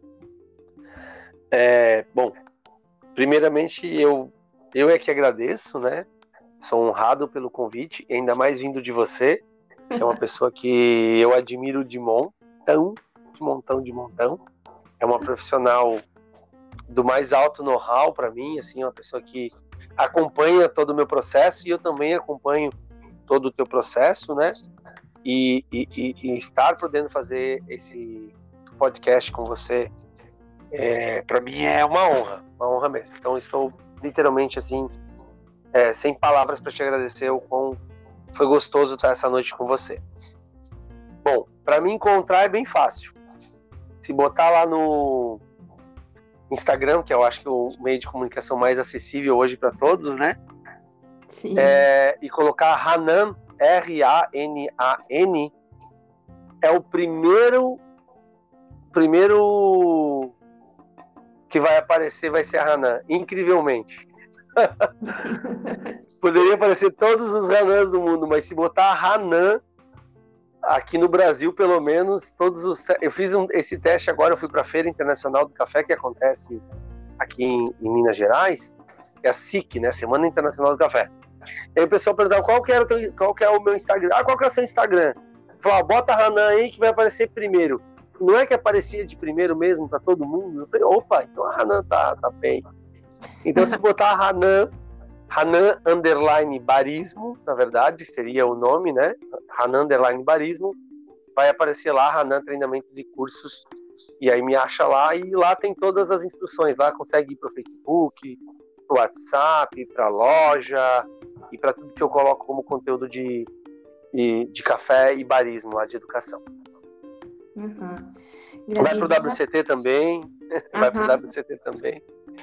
Bom, primeiramente eu é que agradeço, né? Sou honrado pelo convite, ainda mais vindo de você, que é uma pessoa que eu admiro de montão. É uma profissional do mais alto know-how para mim, assim, uma pessoa que acompanha todo o meu processo e eu também acompanho todo o teu processo, né? E estar podendo fazer esse podcast com você, para mim é uma honra mesmo. Então estou literalmente assim, sem palavras para te agradecer o quão foi gostoso estar essa noite com você. Bom, para me encontrar é bem fácil. Se botar lá no Instagram, que eu acho que é o meio de comunicação mais acessível hoje para todos, né? Sim. E colocar Ranan, R-A-N-A-N, é o primeiro que vai aparecer, vai ser a Ranan, incrivelmente. Poderia aparecer todos os Ranans do mundo, mas se botar a Ranan, aqui no Brasil, pelo menos, eu fiz esse teste agora, eu fui para a Feira Internacional do Café, que acontece aqui em Minas Gerais, é a SIC, né, Semana Internacional do Café. E aí o pessoal perguntava qual que é o meu Instagram, qual que é o seu Instagram? Eu falava, bota a Ranan aí que vai aparecer primeiro. Não é que aparecia de primeiro mesmo para todo mundo? Eu falei, opa, então a Ranan tá bem. Então se botar a Ranan _ Barismo, na verdade, seria o nome, né? Ranan _ Barismo, vai aparecer lá, Ranan Treinamentos e Cursos, e aí me acha lá, e lá tem todas as instruções, lá consegue ir pro Facebook, para o WhatsApp, para a loja e para tudo que eu coloco como conteúdo de café e barismo lá de educação. Uhum. Vai para o WCT também. Vai para o WCT também.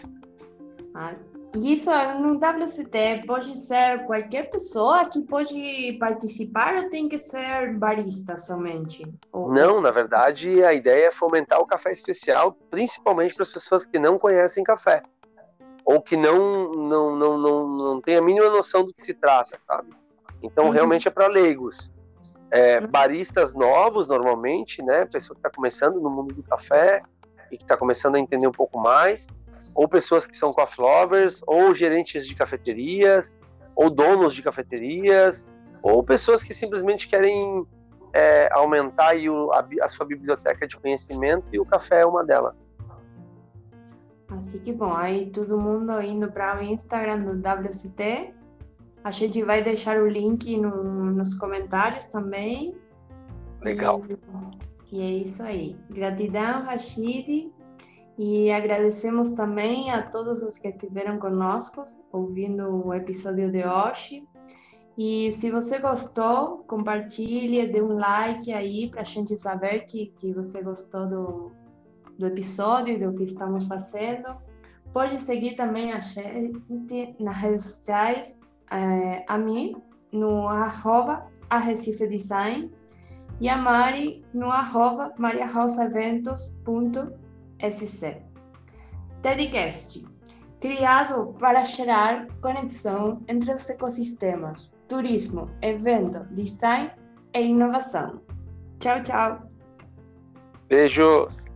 E isso no WCT pode ser qualquer pessoa que pode participar ou tem que ser barista somente? Não, na verdade, a ideia é fomentar o café especial, principalmente para as pessoas que não conhecem café ou que não tem a mínima noção do que se trata, sabe? Então, realmente é para leigos. Baristas novos, normalmente, né? Pessoa que está começando no mundo do café e que está começando a entender um pouco mais, ou pessoas que são coffee lovers, ou gerentes de cafeterias, ou donos de cafeterias, ou pessoas que simplesmente querem aumentar aí a sua biblioteca de conhecimento, e o café é uma delas. Assim que bom, aí todo mundo indo para o Instagram do WCT. A gente vai deixar o link nos comentários também. Legal. E é isso aí. Gratidão, Rashid. E agradecemos também a todos os que estiveram conosco ouvindo o episódio de hoje. E se você gostou, compartilhe, dê um like aí para a gente saber que você gostou do episódio e do que estamos fazendo. Pode seguir também a gente nas redes sociais, a mim no @arrecifedesign e a Mari no @mariarosaeventos.sc. TEDcast, criado para gerar conexão entre os ecossistemas, turismo, evento, design e inovação. Tchau, tchau. Beijos.